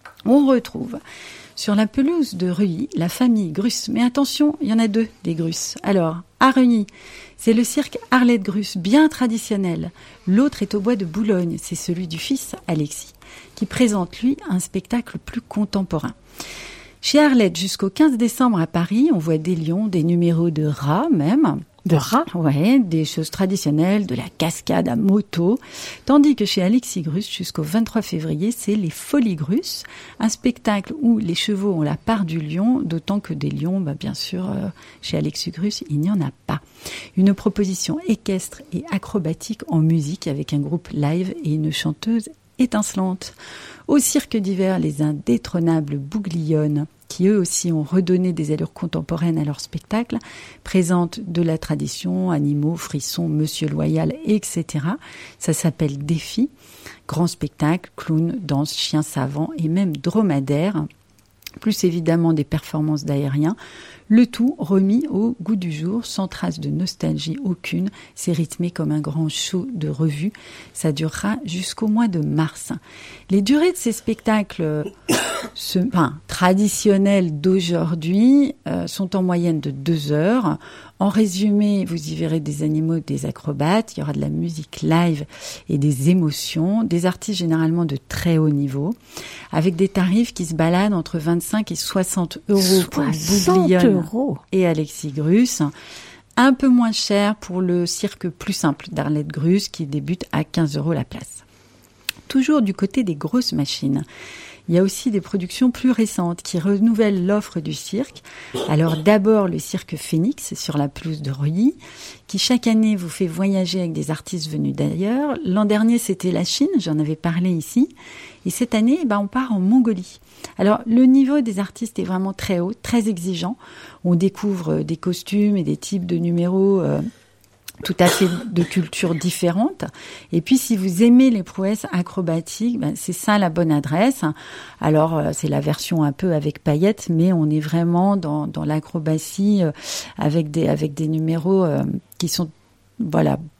On retrouve sur la pelouse de Reuilly la famille Grus. Mais attention, il y en a deux, des Grus. Alors, à Reuilly, c'est le cirque Arlette Grus, bien traditionnel. L'autre est au bois de Boulogne, c'est celui du fils Alexis, qui présente, lui, un spectacle plus contemporain. Chez Arlette, jusqu'au quinze décembre à Paris, on voit des lions, des numéros de rats même. De rats? Ouais, des choses traditionnelles, de la cascade à moto. Tandis que chez Alexis Grus, jusqu'au vingt-trois février, c'est les Folies Grus, un spectacle où les chevaux ont la part du lion, d'autant que des lions, bah, bien sûr, euh, chez Alexis Grus, il n'y en a pas. Une proposition équestre et acrobatique en musique avec un groupe live et une chanteuse étincelante. Au cirque d'hiver, les indétrônables Bouglione, qui eux aussi ont redonné des allures contemporaines à leur spectacle, présentent de la tradition, animaux, frissons, Monsieur Loyal, et cetera. Ça s'appelle Défi. Grand spectacle, clown, danse, chien savant et même dromadaire. Plus évidemment des performances d'aériens. Le tout remis au goût du jour, sans trace de nostalgie aucune. C'est rythmé comme un grand show de revue. Ça durera jusqu'au mois de mars. Les durées de ces spectacles ce, enfin, traditionnels d'aujourd'hui euh, sont en moyenne de deux heures. En résumé, vous y verrez des animaux, des acrobates. Il y aura de la musique live et des émotions. Des artistes généralement de très haut niveau, avec des tarifs qui se baladent entre vingt-cinq et soixante euros pour Bouglione et Alexis Grus. Un peu moins cher pour le cirque plus simple d'Arlette Grus qui débute à quinze euros la place. Toujours du côté des grosses machines, il y a aussi des productions plus récentes qui renouvellent l'offre du cirque. Alors d'abord le cirque Phénix sur la pelouse de Reuilly, qui chaque année vous fait voyager avec des artistes venus d'ailleurs. L'an dernier c'était la Chine, j'en avais parlé ici. Et cette année, ben, on part en Mongolie. Alors le niveau des artistes est vraiment très haut, très exigeant. On découvre des costumes et des types de numéros euh, tout à fait de cultures différentes. Et puis, si vous aimez les prouesses acrobatiques, ben, c'est ça la bonne adresse. Alors, euh, c'est la version un peu avec paillettes, mais on est vraiment dans, dans l'acrobatie euh, avec des, avec des numéros euh, qui sont, voilà,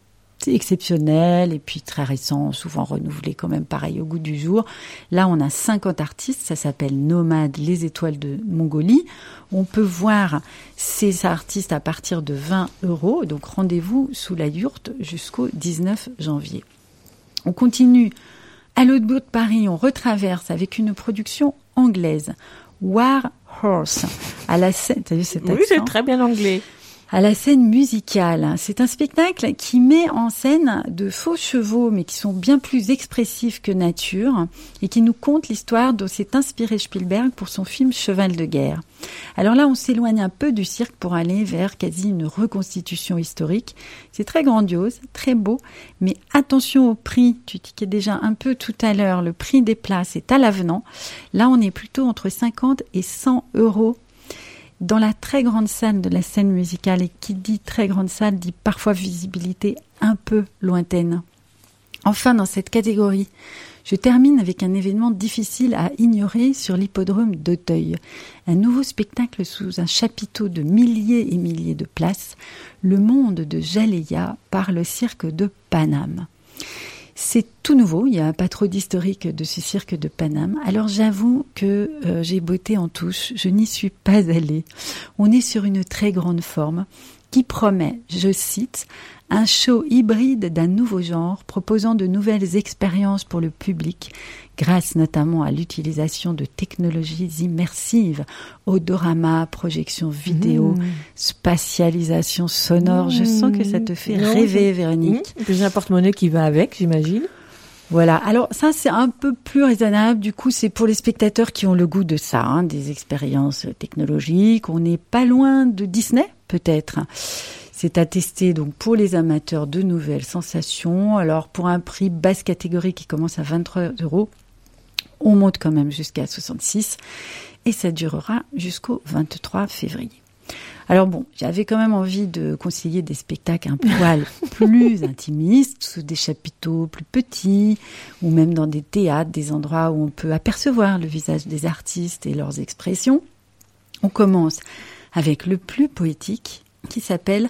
assez exceptionnels et puis très récents, souvent renouvelés quand même pareil au goût du jour. Là, on a cinquante artistes, ça s'appelle Nomades, les étoiles de Mongolie. On peut voir ces artistes à partir de vingt euros, donc rendez-vous sous la yourte jusqu'au dix-neuf janvier. On continue à l'autre bout de Paris, on retraverse avec une production anglaise, War Horse, à la scène. T'as vu cet accent ? Oui, c'est très bien anglais. À la scène musicale. C'est un spectacle qui met en scène de faux chevaux, mais qui sont bien plus expressifs que nature, et qui nous conte l'histoire dont s'est inspiré Spielberg pour son film Cheval de guerre. Alors là, on s'éloigne un peu du cirque pour aller vers quasi une reconstitution historique. C'est très grandiose, très beau, mais attention au prix. Tu tiquais déjà un peu tout à l'heure, le prix des places est à l'avenant. Là, on est plutôt entre cinquante et cent euros. Dans la très grande salle de la scène musicale, et qui dit très grande salle dit parfois visibilité un peu lointaine. Enfin, dans cette catégorie, je termine avec un événement difficile à ignorer sur l'hippodrome d'Auteuil. Un nouveau spectacle sous un chapiteau de milliers et milliers de places, Le monde de Jaléia par le cirque de Paname. C'est tout nouveau, il n'y a pas trop d'historique de ce cirque de Paname. Alors j'avoue que euh, j'ai botté en touche, je n'y suis pas allée. On est sur une très grande forme qui promet, je cite, un show hybride d'un nouveau genre proposant de nouvelles expériences pour le public grâce notamment à l'utilisation de technologies immersives, odorama, projection vidéo, mmh. spatialisation sonore. Mmh. Je sens que ça te fait non, rêver, je... Véronique. Mmh. J'ai un porte-monnaie qui va avec, j'imagine. Voilà, alors ça c'est un peu plus raisonnable, du coup c'est pour les spectateurs qui ont le goût de ça, hein, des expériences technologiques. On n'est pas loin de Disney peut-être. C'est à tester donc pour les amateurs de nouvelles sensations. Alors pour un prix basse catégorie qui commence à vingt-trois euros, on monte quand même jusqu'à soixante-six et ça durera jusqu'au vingt-trois février. Alors bon, j'avais quand même envie de conseiller des spectacles un poil plus intimistes, sous des chapiteaux plus petits, ou même dans des théâtres, des endroits où on peut apercevoir le visage des artistes et leurs expressions. On commence avec le plus poétique, qui s'appelle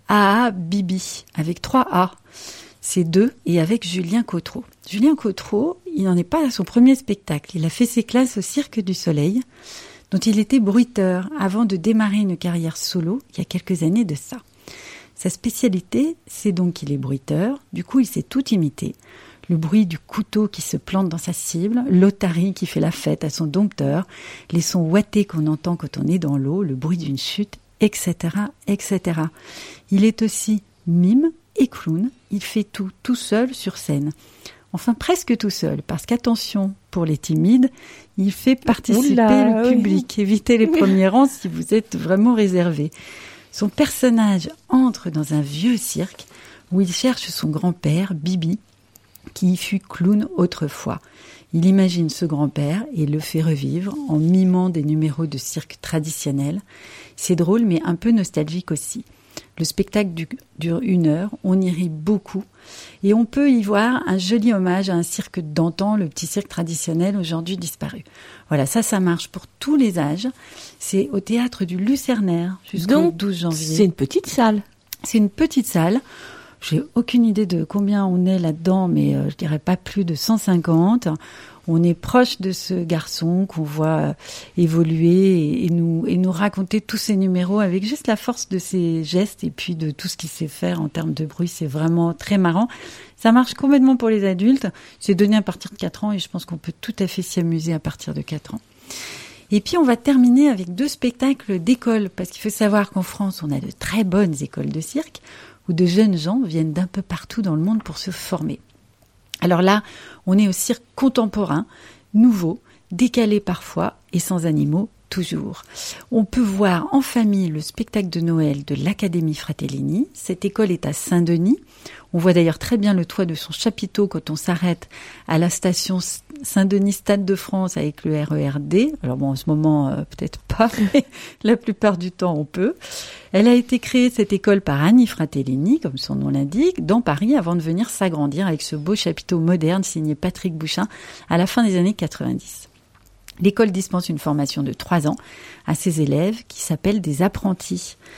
A A Bibi, avec trois A. C'est deux, et avec Julien Cotreau. Julien Cotreau, il n'en est pas à son premier spectacle. Il a fait ses classes au Cirque du Soleil, dont il était bruiteur avant de démarrer une carrière solo il y a quelques années de ça. Sa spécialité, c'est donc qu'il est bruiteur. Du coup, il sait tout imiter. Le bruit du couteau qui se plante dans sa cible, l'otarie qui fait la fête à son dompteur, les sons ouatés qu'on entend quand on est dans l'eau, le bruit d'une chute, et cetera, et cetera. Il est aussi mime et clown. Il fait tout, tout seul sur scène. Enfin, presque tout seul, parce qu'attention, pour les timides, il fait participer Oula, le public. Oui. Évitez les premiers rangs si vous êtes vraiment réservé. Son personnage entre dans un vieux cirque où il cherche son grand-père, Bibi, qui y fut clown autrefois. Il imagine ce grand-père et le fait revivre en mimant des numéros de cirque traditionnels. C'est drôle, mais un peu nostalgique aussi. Le spectacle du, dure une heure, on y rit beaucoup et on peut y voir un joli hommage à un cirque d'antan, le petit cirque traditionnel aujourd'hui disparu. Voilà, ça, ça marche pour tous les âges. C'est au théâtre du Lucernaire jusqu'au Donc, douze janvier. C'est une petite salle. C'est une petite salle. J'ai aucune idée de combien on est là-dedans, mais euh, je dirais pas plus de cent cinquante. On est proche de ce garçon qu'on voit évoluer et, et, nous, et nous raconter tous ces numéros avec juste la force de ses gestes et puis de tout ce qu'il sait faire en termes de bruit. C'est vraiment très marrant. Ça marche complètement pour les adultes. C'est donné à partir de quatre ans et je pense qu'on peut tout à fait s'y amuser à partir de quatre ans. Et puis on va terminer avec deux spectacles d'école, parce qu'il faut savoir qu'en France, on a de très bonnes écoles de cirque où de jeunes gens viennent d'un peu partout dans le monde pour se former. Alors là, on est au cirque contemporain, nouveau, décalé parfois et sans animaux toujours. On peut voir en famille le spectacle de Noël de l'Académie Fratellini. Cette école est à Saint-Denis. On voit d'ailleurs très bien le toit de son chapiteau quand on s'arrête à la station Saint-Denis Stade de France avec le R E R D. Alors bon, en ce moment, euh, peut-être pas, mais la plupart du temps, on peut. Elle a été créée, cette école, par Annie Fratellini, comme son nom l'indique, dans Paris, avant de venir s'agrandir avec ce beau chapiteau moderne signé Patrick Bouchin à la fin des années quatre-vingt-dix. L'école dispense une formation de trois ans à ses élèves qui s'appellent des apprentis.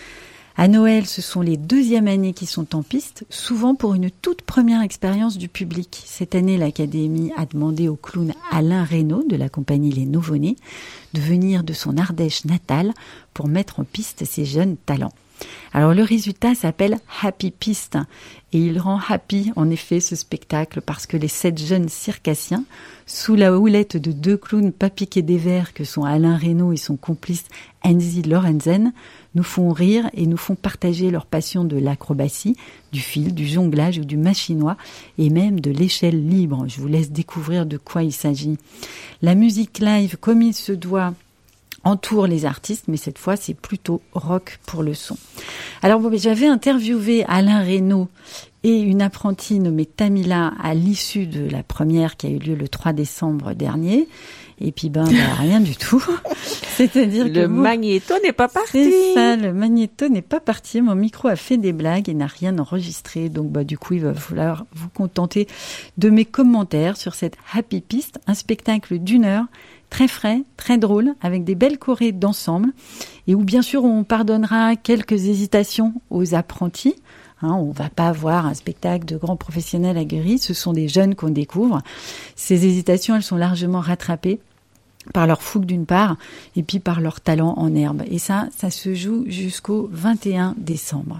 À Noël, ce sont les deuxièmes années qui sont en piste, souvent pour une toute première expérience du public. Cette année, l'Académie a demandé au clown Alain Reynaud de la compagnie Les Nouveau-Nés de venir de son Ardèche natale pour mettre en piste ses jeunes talents. Alors le résultat s'appelle Happy Piste et il rend happy en effet ce spectacle parce que les sept jeunes circassiens, sous la houlette de deux clowns pas piqués des verres que sont Alain Reynaud et son complice Enzi Lorenzen, nous font rire et nous font partager leur passion de l'acrobatie, du fil, du jonglage ou du machinois et même de l'échelle libre. Je vous laisse découvrir de quoi il s'agit. La musique live, comme il se doit, entoure les artistes, mais cette fois, c'est plutôt rock pour le son. Alors, bon, j'avais interviewé Alain Reynaud et une apprentie nommée Tamila à l'issue de la première qui a eu lieu le trois décembre dernier. Et puis, ben, ben rien du tout. C'est-à-dire le que... Le magnéto n'est pas parti. C'est ça, le magnéto n'est pas parti. Mon micro a fait des blagues et n'a rien enregistré. Donc, bah, du coup, il va falloir vous contenter de mes commentaires sur cette Happy Piste, un spectacle d'une heure très frais, très drôle, avec des belles chorés d'ensemble, et où bien sûr on pardonnera quelques hésitations aux apprentis. Hein, on ne va pas voir un spectacle de grands professionnels aguerris, ce sont des jeunes qu'on découvre. Ces hésitations, elles sont largement rattrapées par leur fougue d'une part, et puis par leur talent en herbe. Et ça, ça se joue jusqu'au vingt et un décembre.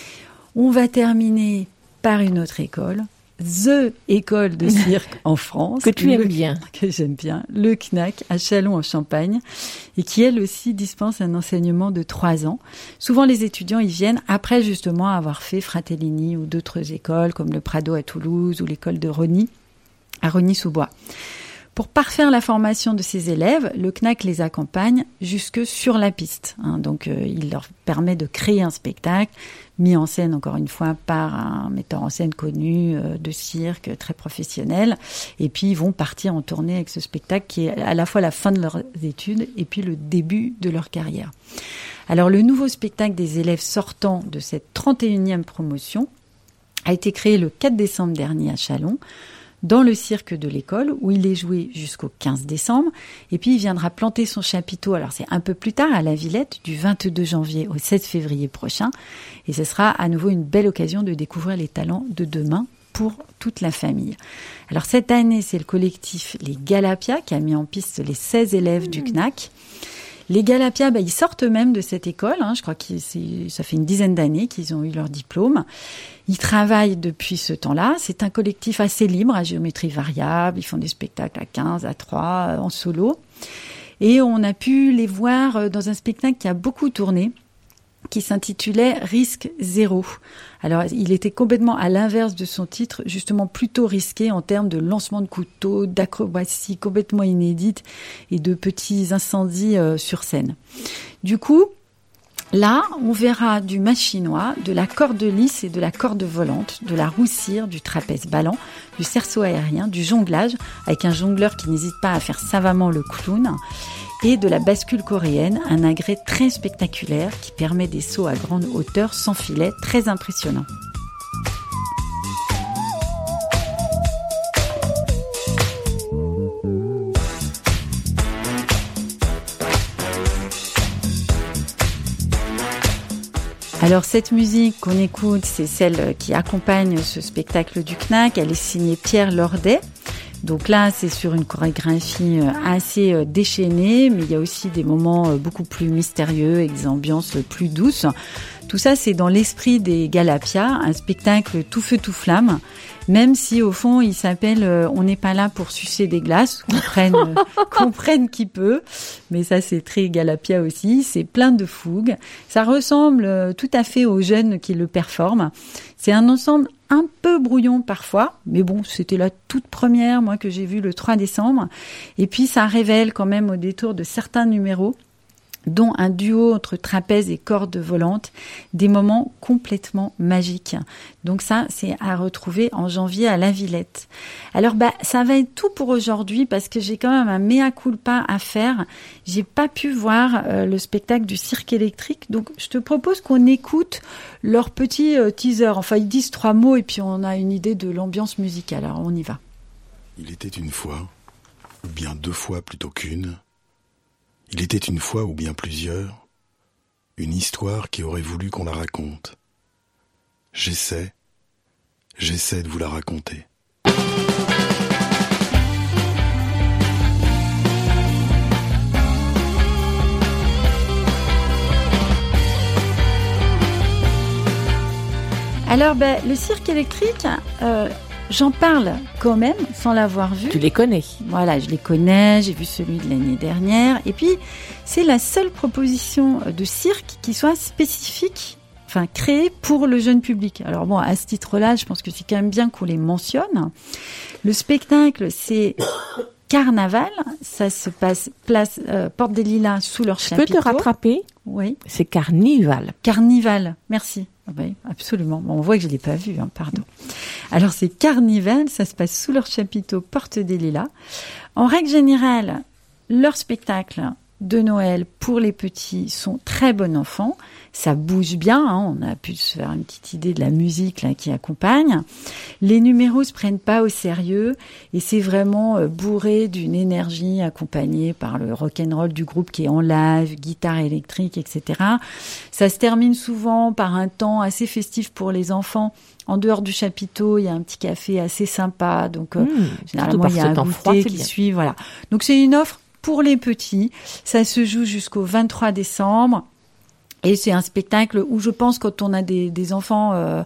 On va terminer par une autre école, The École de cirque en France. Que tu aimes le, bien. Que j'aime bien. Le C N A C à Châlons en Champagne. Et qui, elle aussi, dispense un enseignement de trois ans. Souvent, les étudiants y viennent après, justement, avoir fait Fratellini ou d'autres écoles, comme le Prado à Toulouse ou l'école de Rosny, à Rosny-sous-Bois. Pour parfaire la formation de ces élèves, le C N A C les accompagne jusque sur la piste. Hein, donc, euh, il leur permet de créer un spectacle mis en scène, encore une fois, par un metteur en scène connu euh, de cirque, très professionnel. Et puis, ils vont partir en tournée avec ce spectacle qui est à la fois la fin de leurs études et puis le début de leur carrière. Alors, le nouveau spectacle des élèves sortant de cette trente et unième promotion a été créé le quatre décembre dernier à Châlons, dans le cirque de l'école, où il est joué jusqu'au quinze décembre. Et puis, il viendra planter son chapiteau, alors c'est un peu plus tard, à la Villette, du vingt-deux janvier au sept février prochain. Et ce sera à nouveau une belle occasion de découvrir les talents de demain pour toute la famille. Alors, cette année, c'est le collectif Les Galapia qui a mis en piste les seize élèves mmh. du C N A C. Les Galapia, bah, ils sortent eux-mêmes de cette école. Hein, je crois que c'est, ça fait une dizaine d'années qu'ils ont eu leur diplôme. Ils travaillent depuis ce temps-là. C'est un collectif assez libre, à géométrie variable. Ils font des spectacles à quinze, à trois, en solo. Et on a pu les voir dans un spectacle qui a beaucoup tourné, qui s'intitulait Risque Zéro. Alors, il était complètement à l'inverse de son titre, justement plutôt risqué en termes de lancement de couteaux, d'acrobatie complètement inédite et de petits incendies euh, sur scène. Du coup, là, on verra du machinois, de la corde lisse et de la corde volante, de la roue cire, du trapèze ballant, du cerceau aérien, du jonglage, avec un jongleur qui n'hésite pas à faire savamment le clown, et de la bascule coréenne, un agrès très spectaculaire qui permet des sauts à grande hauteur sans filet, très impressionnant. Alors cette musique qu'on écoute, c'est celle qui accompagne ce spectacle du C N A C. Elle est signée Pierre Lordet. Donc là, c'est sur une chorégraphie assez déchaînée, mais il y a aussi des moments beaucoup plus mystérieux et des ambiances plus douces. Tout ça, c'est dans l'esprit des Galapia, un spectacle tout feu tout flamme, même si au fond, il s'appelle « On n'est pas là pour sucer des glaces », comprenne, comprenne qui peut, mais ça, c'est très Galapia aussi, c'est plein de fougue. Ça ressemble tout à fait aux jeunes qui le performent. C'est un ensemble un peu brouillon parfois, mais bon, c'était la toute première, moi, que j'ai vue le trois décembre. Et puis, ça révèle quand même au détour de certains numéros, dont un duo entre trapèze et corde volante, des moments complètement magiques. Donc ça, c'est à retrouver en janvier à la Villette. Alors, bah, ça va être tout pour aujourd'hui parce que j'ai quand même un mea culpa à faire. J'ai pas pu voir euh, le spectacle du cirque électrique, donc je te propose qu'on écoute leur petit euh, teaser. Enfin, ils disent trois mots et puis on a une idée de l'ambiance musicale. Alors, on y va. Il était une fois, ou bien deux fois plutôt qu'une, il était une fois ou bien plusieurs, Une histoire qui aurait voulu qu'on la raconte. J'essaie, j'essaie de vous la raconter. Alors, ben, le cirque électrique, euh, j'en parle quand même, sans l'avoir vu. Tu les connais? Voilà, je les connais, j'ai vu celui de l'année dernière. Et puis, c'est la seule proposition de cirque qui soit spécifique, enfin, créée pour le jeune public. Alors bon, à ce titre-là, je pense que c'est quand même bien qu'on les mentionne. Le spectacle, c'est Carnaval. Ça se passe place euh, Porte des Lilas sous leur chapiteau. Je peux te rattraper? Oui. C'est Carnival. Carnival, merci. Oui, absolument. Bon, on voit que je ne l'ai pas vu, hein, pardon. Alors, c'est Carnival, ça se passe sous leur chapiteau Porte des Lilas. En règle générale, leurs spectacles de Noël pour les petits sont très bon enfant. Ça bouge bien, hein, on a pu se faire une petite idée de la musique là, qui accompagne. Les numéros se prennent pas au sérieux et c'est vraiment euh, bourré d'une énergie accompagnée par le rock'n'roll du groupe qui est en live, guitare électrique, et cetera. Ça se termine souvent par un temps assez festif pour les enfants. En dehors du chapiteau, il y a un petit café assez sympa, donc euh, mmh, généralement il y a un goûter qui suit. Voilà. Donc c'est une offre pour les petits. Ça se joue jusqu'au vingt-trois décembre. Et c'est un spectacle où je pense quand on a des, des enfants euh,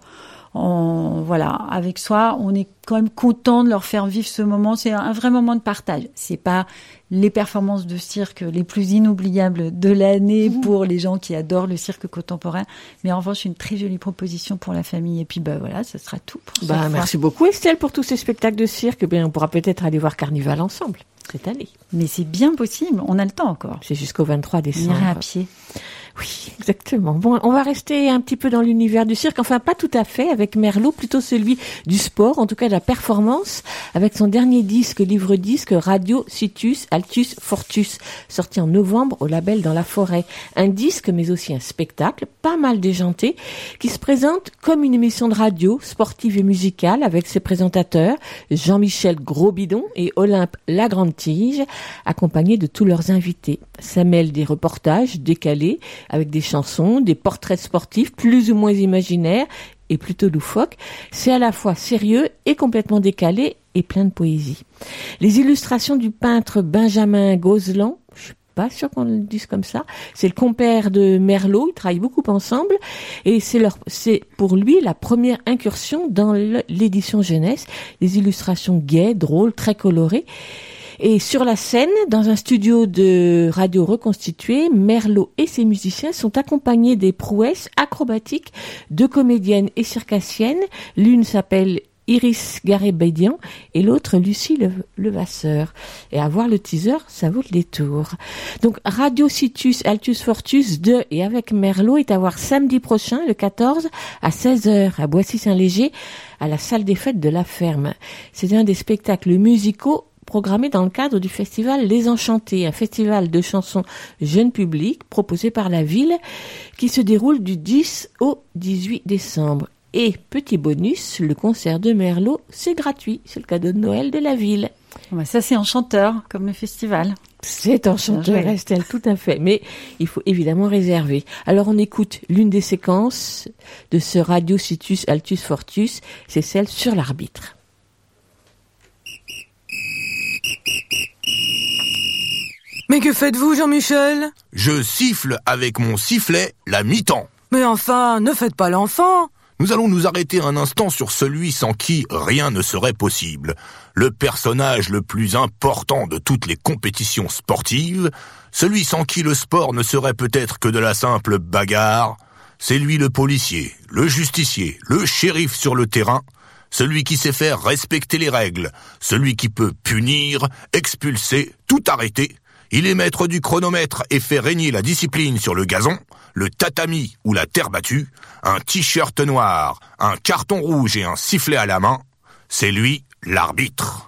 en, voilà, avec soi, on est quand même content de leur faire vivre ce moment. C'est un vrai moment de partage. C'est pas les performances de cirque les plus inoubliables de l'année pour les gens qui adorent le cirque contemporain. Mais en revanche, une très jolie proposition pour la famille. Et puis, bah voilà, ce sera tout pour bah, merci beaucoup Estelle pour tous ces spectacles de cirque. Bien, on pourra peut-être aller voir Carnival ensemble cette année. Mais c'est bien possible. On a le temps encore. C'est jusqu'au vingt-trois décembre. On ira à pied. Oui, exactement. Bon, on va rester un petit peu dans l'univers du cirque, enfin pas tout à fait, avec Merlot, plutôt celui du sport, en tout cas de la performance, avec son dernier disque, livre-disque, Radio Situs Altus Fortus, sorti en novembre au label Dans la Forêt. Un disque, mais aussi un spectacle, pas mal déjanté, qui se présente comme une émission de radio, sportive et musicale, avec ses présentateurs, Jean-Michel Grosbidon et Olympe Lagrande-Tige, accompagnés de tous leurs invités. Ça mêle des reportages décalés, avec des chansons, des portraits sportifs plus ou moins imaginaires et plutôt loufoques. C'est à la fois sérieux et complètement décalé et plein de poésie. Les illustrations du peintre Benjamin Gozlan, je suis pas sûre qu'on le dise comme ça, c'est le compère de Merlot, ils travaillent beaucoup ensemble et c'est leur, c'est pour lui la première incursion dans l'édition jeunesse, des illustrations gaies, drôles, très colorées. Et sur la scène, dans un studio de radio reconstitué, Merlot et ses musiciens sont accompagnés des prouesses acrobatiques de comédiennes et circassiennes. L'une s'appelle Iris Garébédian et l'autre Lucie Le- Levasseur. Et à voir le teaser, ça vaut le détour. Donc Radio Situs Altus Fortus de et avec Merlot est à voir samedi prochain, le quatorze, à seize heures, à Boissy-Saint-Léger, à la salle des fêtes de la Ferme. C'est un des spectacles musicaux programmé dans le cadre du festival Les Enchantés, un festival de chansons jeune public proposé par la ville qui se déroule du dix au dix-huit décembre. Et petit bonus, le concert de Merlot, c'est gratuit, c'est le cadeau de Noël de la ville. Bah ça c'est enchanteur, comme le festival. C'est enchanteur, Estelle, tout à fait. Mais il faut évidemment réserver. Alors on écoute l'une des séquences de ce Radio Situs Altus Fortus, c'est celle sur l'arbitre. Mais que faites-vous, Jean-Michel ? Je siffle avec mon sifflet la mi-temps. Mais enfin, ne faites pas l'enfant. Nous allons nous arrêter un instant sur celui sans qui rien ne serait possible. Le personnage le plus important de toutes les compétitions sportives, celui sans qui le sport ne serait peut-être que de la simple bagarre. C'est lui le policier, le justicier, le shérif sur le terrain, celui qui sait faire respecter les règles, celui qui peut punir, expulser, tout arrêter. Il est maître du chronomètre et fait régner la discipline sur le gazon, le tatami ou la terre battue, un t-shirt noir, un carton rouge et un sifflet à la main. C'est lui, l'arbitre.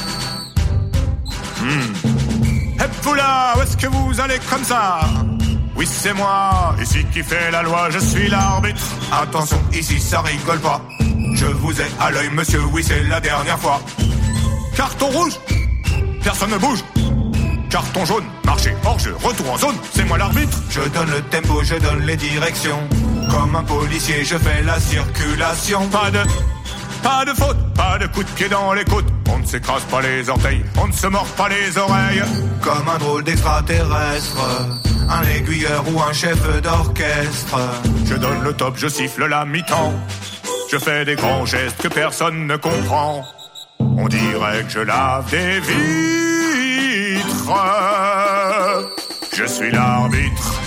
Hmm. Hep vous là, où est-ce que vous allez comme ça ? Oui, c'est moi, ici qui fait la loi, je suis l'arbitre. Attention, ici ça rigole pas. Je vous ai à l'œil, monsieur, oui, c'est la dernière fois. Carton rouge, personne ne bouge. Carton jaune, marché hors jeu, retour en zone, c'est moi l'arbitre. Je donne le tempo, je donne les directions. Comme un policier, je fais la circulation. Pas de, pas de faute, pas de coup de pied dans les côtes. On ne s'écrase pas les orteils, on ne se mord pas les oreilles. Comme un drôle d'extraterrestre, un aiguilleur ou un chef d'orchestre. Je donne le top, je siffle la mi-temps. Je fais des grands gestes que personne ne comprend. On dirait que je lave des vitres. Je suis l'arbitre.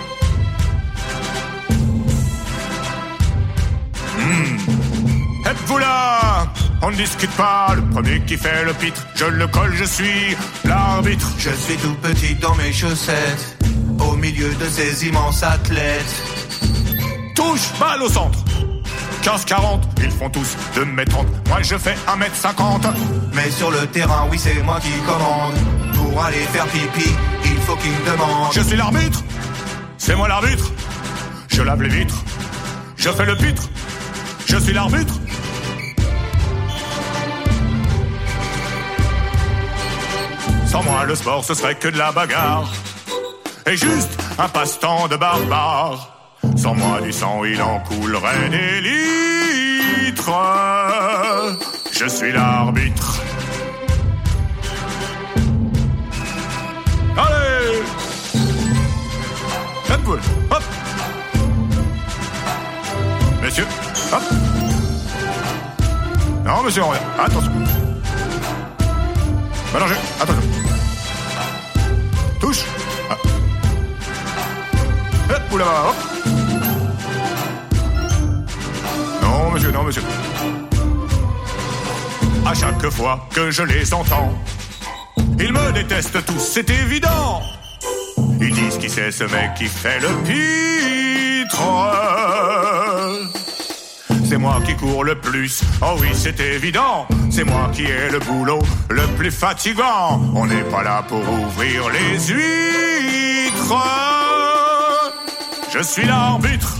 Hmm. Êtes-vous là? On ne discute pas, le premier qui fait le pitre, je le colle, je suis l'arbitre. Je suis tout petit dans mes chaussettes, au milieu de ces immenses athlètes. Touche, balle au centre. quinze quarante, ils font tous deux mètres trente. Moi je fais un mètre cinquante. Mais sur le terrain, oui, c'est moi qui commande. Pour aller faire pipi, il faut qu'ils me demandent. Je suis l'arbitre, c'est moi l'arbitre. Je lave les vitres, je fais le pitre. Je suis l'arbitre. Sans moi, le sport, ce serait que de la bagarre. Et juste un passe-temps de barbare. Sans moi, du sang, il en coulerait des litres. Je suis l'arbitre. Allez! Red Bull, hop! Messieurs, hop! Non, monsieur, on revient. Attention. Mélanger, attention. Touche. Ah. Hop, oula, hop. Non, monsieur, non, monsieur. À chaque fois que je les entends, ils me détestent tous, c'est évident. Ils disent qui c'est ce mec qui fait le pitre. C'est moi qui cours le plus, oh oui c'est évident. C'est moi qui ai le boulot le plus fatigant. On n'est pas là pour ouvrir les huîtres. Je suis l'arbitre.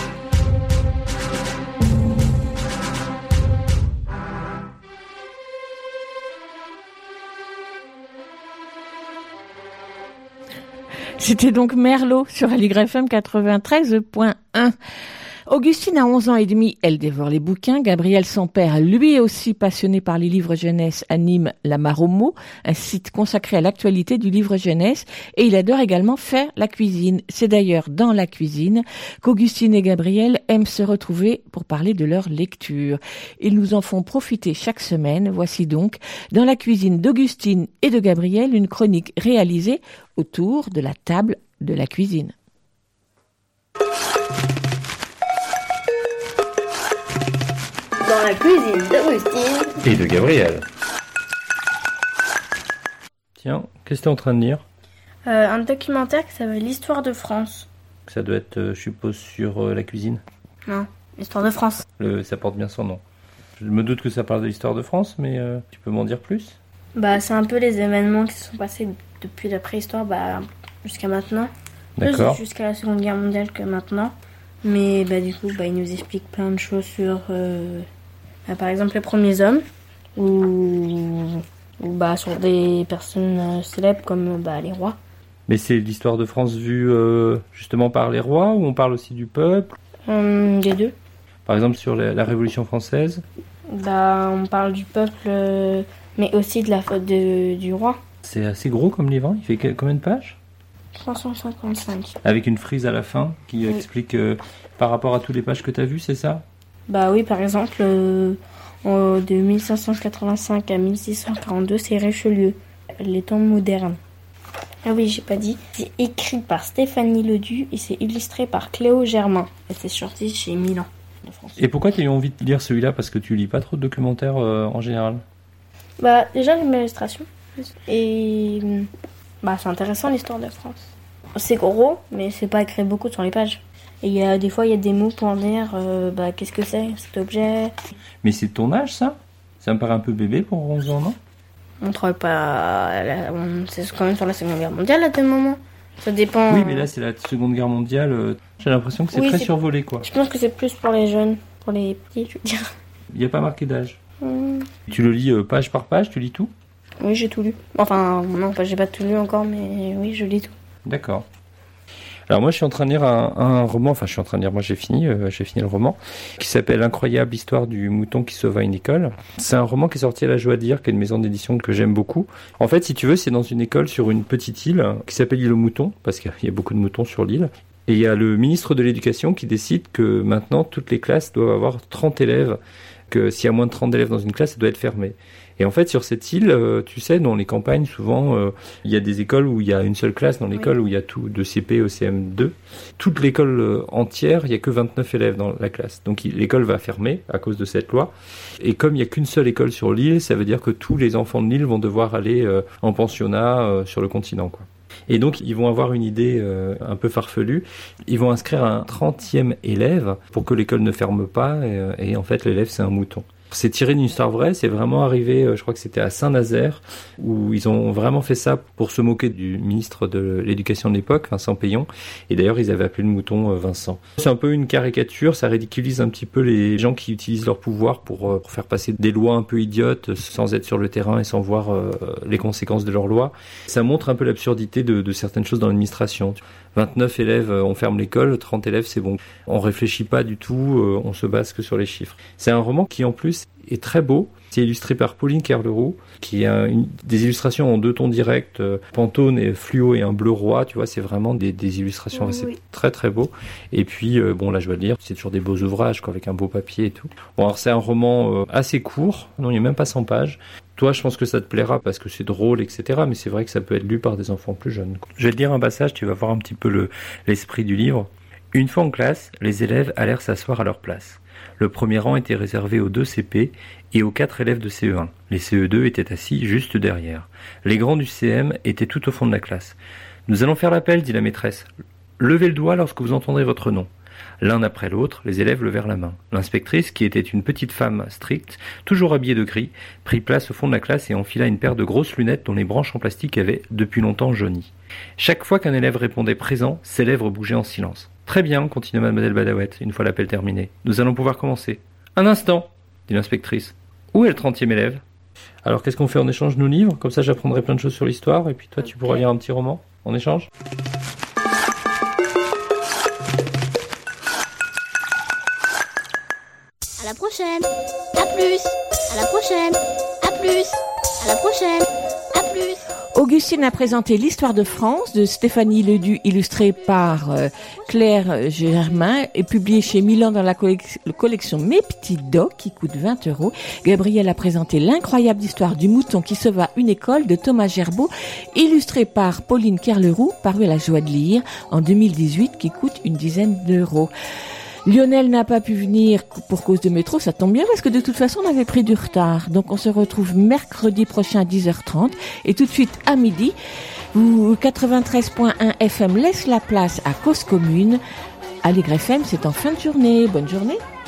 C'était donc Merlot sur Aligre F M quatre-vingt-treize point un. Augustine a onze ans et demi, elle dévore les bouquins. Gabriel, son père, lui aussi passionné par les livres jeunesse, anime La Maromo, un site consacré à l'actualité du livre jeunesse, et il adore également faire la cuisine. C'est d'ailleurs dans la cuisine qu'Augustine et Gabriel aiment se retrouver pour parler de leur lecture. Ils nous en font profiter chaque semaine. Voici donc, dans la cuisine d'Augustine et de Gabriel, une chronique réalisée autour de la table de la cuisine. Dans la cuisine d'Augustine et de Gabriel. Tiens, qu'est-ce que tu es en train de lire? euh, Un documentaire qui s'appelle l'Histoire de France. Ça doit être, euh, je suppose, sur euh, la cuisine. Non, l'Histoire de France. Le, ça porte bien son nom. Je me doute que ça parle de l'Histoire de France, mais euh, tu peux m'en dire plus? Bah, c'est un peu les événements qui se sont passés depuis la préhistoire bah, jusqu'à maintenant. D'accord. Plus jusqu'à la Seconde Guerre mondiale que maintenant. Mais bah, du coup, bah, il nous explique plein de choses sur, euh, bah, par exemple, les premiers hommes, ou, ou bah, sur des personnes euh, célèbres comme bah, les rois. Mais c'est l'histoire de France vue euh, justement par les rois, ou on parle aussi du peuple? Hum, les deux. Par exemple, sur la, la Révolution française? Bah, on parle du peuple, euh, mais aussi de la faute de, du roi. C'est assez gros comme livre, hein. Il fait que, combien de pages? trois cent cinquante-cinq. Avec une frise à la fin qui oui. explique euh, par rapport à toutes les pages que tu as vues, c'est ça? Bah oui, par exemple, euh, de mille cinq cent quatre-vingt-cinq à mille six cent quarante-deux, c'est Richelieu, les temps modernes. Ah oui, j'ai pas dit. C'est écrit par Stéphanie Ledu et c'est illustré par Cléo Germain. Et c'est sorti chez Milan, de France. Et pourquoi tu as eu envie de lire celui-là? Parce que tu lis pas trop de documentaires euh, en général? Bah déjà, j'aime l'illustration. Et bah c'est intéressant l'histoire de France. C'est gros, mais c'est pas écrit beaucoup sur les pages. Et il y a des fois, il y a des mots pour dire euh, bah qu'est-ce que c'est cet objet. Mais c'est de ton âge, ça? Ça me paraît un peu bébé pour onze ans, non? On travaille pas... On... C'est quand même sur la Seconde Guerre mondiale à tel moment. Ça dépend. Oui, mais là, c'est la Seconde Guerre mondiale. euh, J'ai l'impression que c'est Oui, très c'est- survolé, quoi. Je pense que c'est plus pour les jeunes, pour les petits, je veux dire. Il n'y a pas marqué d'âge. Hmm. Tu le lis euh, page par page, tu lis tout? Oui, j'ai tout lu. Enfin, non, enfin, j'ai pas tout lu encore, mais oui, je lis tout. D'accord. Alors moi, je suis en train de lire un, un roman, enfin je suis en train de lire, moi j'ai fini, euh, j'ai fini le roman, qui s'appelle L'incroyable histoire du mouton qui sauva une école. C'est un roman qui est sorti à La Joie de lire, qui est une maison d'édition que j'aime beaucoup. En fait, si tu veux, c'est dans une école sur une petite île qui s'appelle l'île aux moutons, parce qu'il y a beaucoup de moutons sur l'île. Et il y a le ministre de l'Éducation qui décide que maintenant, toutes les classes doivent avoir trente élèves, que s'il y a moins de trente élèves dans une classe, ça doit être fermé. Et en fait, sur cette île, euh, tu sais, dans les campagnes, souvent, euh, il y a des écoles où il y a une seule classe, dans l'école oui. où il y a tout, de C P au C M deux. Toute l'école euh, entière, il y a que vingt-neuf élèves dans la classe. Donc il, l'école va fermer à cause de cette loi. Et comme il n'y a qu'une seule école sur l'île, ça veut dire que tous les enfants de l'île vont devoir aller euh, en pensionnat euh, sur le continent, quoi. Et donc, ils vont avoir une idée euh, un peu farfelue. Ils vont inscrire un trentième élève pour que l'école ne ferme pas. Et, et en fait, l'élève, c'est un mouton. C'est tiré d'une histoire vraie. C'est vraiment arrivé, euh, je crois que c'était à Saint-Nazaire, où ils ont vraiment fait ça pour se moquer du ministre de l'Éducation de l'époque, Vincent Payon. Et d'ailleurs, ils avaient appelé le mouton euh, Vincent. C'est un peu une caricature. Ça ridiculise un petit peu les gens qui utilisent leur pouvoir pour, euh, pour faire passer des lois un peu idiotes sans être sur le terrain et sans voir euh, les conséquences de leurs lois. Ça montre un peu l'absurdité de, de certaines choses dans l'administration. vingt-neuf élèves, on ferme l'école, trente élèves, c'est bon. On réfléchit pas du tout, euh, on se base que sur les chiffres. C'est un roman qui, en plus, est très beau. C'est illustré par Pauline Kerleroux, qui a une, des illustrations en deux tons directs, euh, Pantone et fluo et un bleu roi, tu vois, c'est vraiment des, des illustrations Oui, assez oui. très très beau. Et puis, euh, bon, là, je vais le dire, c'est toujours des beaux ouvrages, quoi, avec un beau papier et tout. Bon, alors, c'est un roman euh, assez court, non, il n'y a même pas cent pages. Toi, je pense que ça te plaira parce que c'est drôle, et cetera. Mais c'est vrai que ça peut être lu par des enfants plus jeunes. Je vais te lire un passage, tu vas voir un petit peu le, l'esprit du livre. Une fois en classe, les élèves allèrent s'asseoir à leur place. Le premier rang était réservé aux deux C P et aux quatre élèves de C E un. Les C E deux étaient assis juste derrière. Les grands du C M étaient tout au fond de la classe. « Nous allons faire l'appel, dit la maîtresse. Levez le doigt lorsque vous entendrez votre nom. » L'un après l'autre, les élèves levèrent la main. L'inspectrice, qui était une petite femme stricte, toujours habillée de gris, prit place au fond de la classe et enfila une paire de grosses lunettes dont les branches en plastique avaient depuis longtemps jauni. Chaque fois qu'un élève répondait présent, ses lèvres bougeaient en silence. « Très bien, continua mademoiselle Badawet, une fois l'appel terminé. Nous allons pouvoir commencer. »« Un instant, dit l'inspectrice. Où est le trentième élève ?»« Alors qu'est-ce qu'on fait en échange de nos livres ? Comme ça j'apprendrai plein de choses sur l'histoire et puis toi tu pourras lire un petit roman en échange ?» À la prochaine. À plus. À la prochaine. À plus. À la prochaine. À plus. Augustine a présenté l'histoire de France de Stéphanie Ledu, illustrée par euh, Claire Germain et publiée chez Milan dans la collection, collection Mes Petits Docs qui coûte vingt euros. Gabriel a présenté l'incroyable histoire du mouton qui sauva une école de Thomas Gerbeau, illustrée par Pauline Kerleroux, paru à La Joie de lire en deux mille dix-huit qui coûte une dizaine d'euros. Lionel n'a pas pu venir pour cause de métro, ça tombe bien parce que de toute façon on avait pris du retard. Donc on se retrouve mercredi prochain à dix heures trente et tout de suite à midi, où quatre-vingt-treize point un F M laisse la place à Cause Commune. Allegre F M, c'est en fin de journée. Bonne journée.